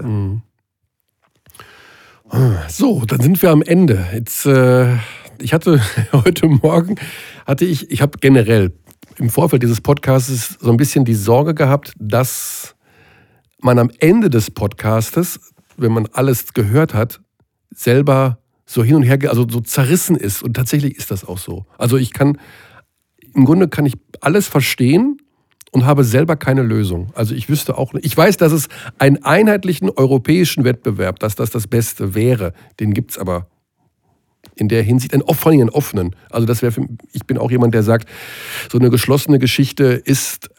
So, dann sind wir am Ende. Jetzt, ich hatte heute Morgen, ich habe generell im Vorfeld dieses Podcasts so ein bisschen die Sorge gehabt, dass man am Ende des Podcastes, wenn man alles gehört hat, selber so hin und her, also so zerrissen ist. Und tatsächlich ist das auch so. Also im Grunde kann ich alles verstehen und habe selber keine Lösung. Also ich wüsste auch nicht. Ich weiß, dass es einen einheitlichen europäischen Wettbewerb, dass das Beste wäre. Den gibt es aber in der Hinsicht, vor allem einen offenen. Also ich bin auch jemand, der sagt, so eine geschlossene Geschichte ist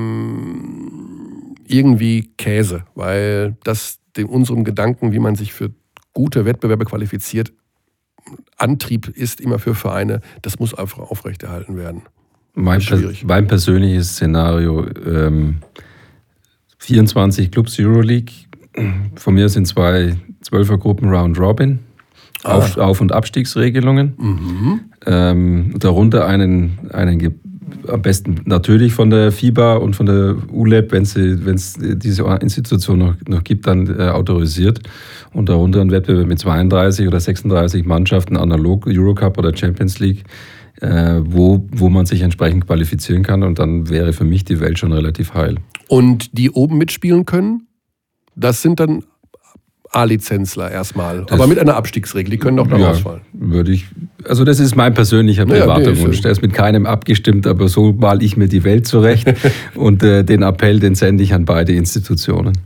irgendwie Käse, weil das unserem Gedanken, wie man sich für gute Wettbewerbe qualifiziert, Antrieb ist immer für Vereine, das muss einfach aufrechterhalten werden. Mein persönliches Szenario, 24 Clubs Euroleague, von mir sind 2 12er-Gruppen Round Robin, Auf- und Abstiegsregelungen. Darunter einen am besten natürlich von der FIBA und von der ULEB, wenn es diese Institution noch gibt, dann autorisiert. Und darunter ein Wettbewerb mit 32 oder 36 Mannschaften, analog Eurocup oder Champions League, wo man sich entsprechend qualifizieren kann. Und dann wäre für mich die Welt schon relativ heil. Und die oben mitspielen können, das sind dann A-Lizenzler erstmal, aber mit einer Abstiegsregel, die können doch da rausfallen. Also das ist mein persönlicher privater Wunsch. Der ist mit keinem abgestimmt, aber so mal ich mir die Welt zurecht. Und den Appell, den sende ich an beide Institutionen.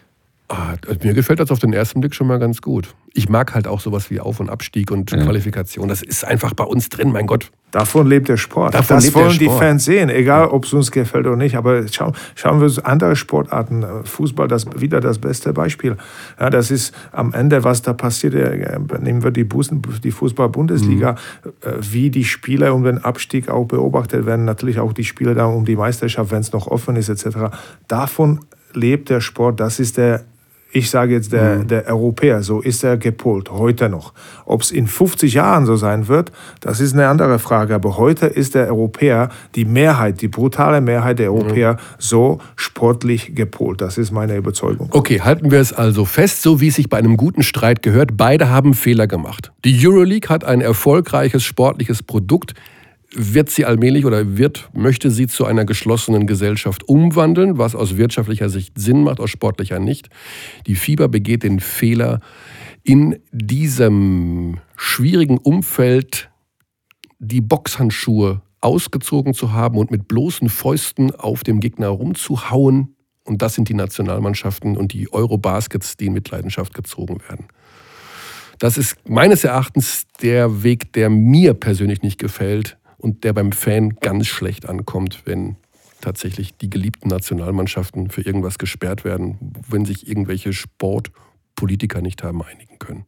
Mir gefällt das auf den ersten Blick schon mal ganz gut. Ich mag halt auch sowas wie Auf- und Abstieg und Qualifikation. Das ist einfach bei uns drin, mein Gott. Davon lebt der Sport. Das wollen die Fans sehen, egal ob es uns gefällt oder nicht. Aber schauen wir uns andere Sportarten. Fußball, wieder das beste Beispiel. Ja, das ist am Ende, was da passiert. Nehmen wir die Fußball-Bundesliga, wie die Spiele um den Abstieg auch beobachtet werden. Natürlich auch die Spiele da um die Meisterschaft, wenn es noch offen ist etc. Davon lebt der Sport. Das ist ich sage jetzt der Europäer, so ist er gepolt, heute noch. Ob es in 50 Jahren so sein wird, das ist eine andere Frage. Aber heute ist der Europäer, die brutale Mehrheit der Europäer so sportlich gepolt. Das ist meine Überzeugung. Okay, halten wir es also fest, so wie es sich bei einem guten Streit gehört. Beide haben Fehler gemacht. Die Euroleague hat ein erfolgreiches sportliches Produkt. Wird sie allmählich möchte sie zu einer geschlossenen Gesellschaft umwandeln, was aus wirtschaftlicher Sicht Sinn macht, aus sportlicher nicht. Die FIBA begeht den Fehler, in diesem schwierigen Umfeld die Boxhandschuhe ausgezogen zu haben und mit bloßen Fäusten auf dem Gegner rumzuhauen. Und das sind die Nationalmannschaften und die Eurobaskets, die in Mitleidenschaft gezogen werden. Das ist meines Erachtens der Weg, der mir persönlich nicht gefällt. Und der beim Fan ganz schlecht ankommt, wenn tatsächlich die geliebten Nationalmannschaften für irgendwas gesperrt werden, wenn sich irgendwelche Sportpolitiker nicht haben einigen können.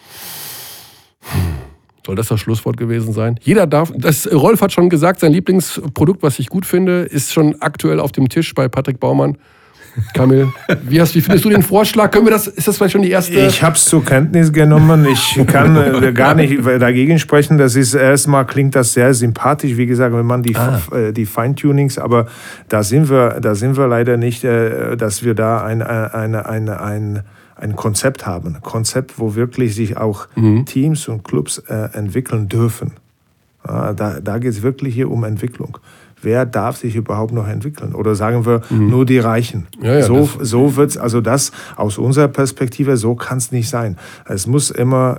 Soll das Schlusswort gewesen sein? Jeder darf, Rolf hat schon gesagt, sein Lieblingsprodukt, was ich gut finde, ist schon aktuell auf dem Tisch bei Patrick Baumann. Kamil, wie findest du den Vorschlag? Ist das vielleicht schon die erste? Ich habe es zur Kenntnis genommen. Ich kann gar nicht dagegen sprechen. Erstmal klingt das sehr sympathisch, wie gesagt, wenn man die Feintunings, aber da sind wir leider nicht, dass wir da ein Konzept haben. Ein Konzept, wo wirklich sich auch Teams und Clubs entwickeln dürfen. Da geht es wirklich hier um Entwicklung. Wer darf sich überhaupt noch entwickeln? Oder sagen wir nur die Reichen? So wird's, also das aus unserer Perspektive, so kann es nicht sein. Es muss immer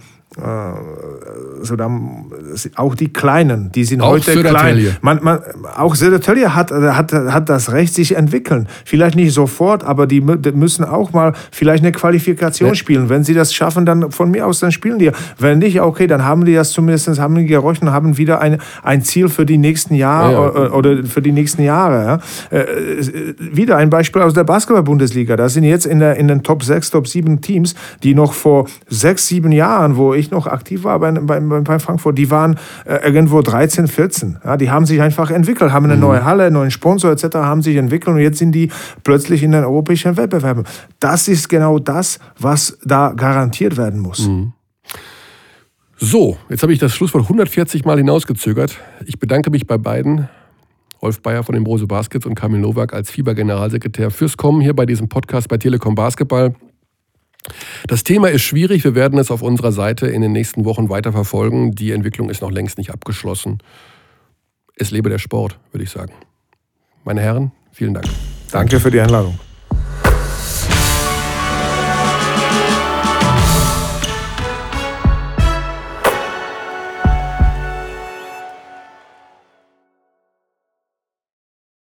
auch die Kleinen, die sind auch heute klein. Auch Södertälje hat das Recht, sich entwickeln. Vielleicht nicht sofort, aber die müssen auch mal vielleicht eine Qualifikation spielen. Wenn sie das schaffen, dann von mir aus, dann spielen die. Wenn nicht, okay, dann haben die das zumindest, haben die gerochen und haben wieder ein Ziel für die nächsten Jahre oder für die nächsten Jahre. Ja. Wieder ein Beispiel aus der Basketball-Bundesliga. Da sind jetzt in den Top 6, Top 7 Teams, die noch vor 6, 7 Jahren, wo ich noch aktiv war bei Frankfurt, die waren irgendwo 13, 14. Ja, die haben sich einfach entwickelt, haben eine neue Halle, einen neuen Sponsor etc., haben sich entwickelt und jetzt sind die plötzlich in den europäischen Wettbewerben. Das ist genau das, was da garantiert werden muss. So, jetzt habe ich das Schlusswort 140 Mal hinausgezögert. Ich bedanke mich bei beiden, Rolf Beyer von den Brose Baskets und Kamil Nowak als FIBA-Generalsekretär, fürs Kommen hier bei diesem Podcast bei Telekom Basketball. Das Thema ist schwierig, wir werden es auf unserer Seite in den nächsten Wochen weiter verfolgen. Die Entwicklung ist noch längst nicht abgeschlossen. Es lebe der Sport, würde ich sagen. Meine Herren, vielen Dank. Danke für die Einladung.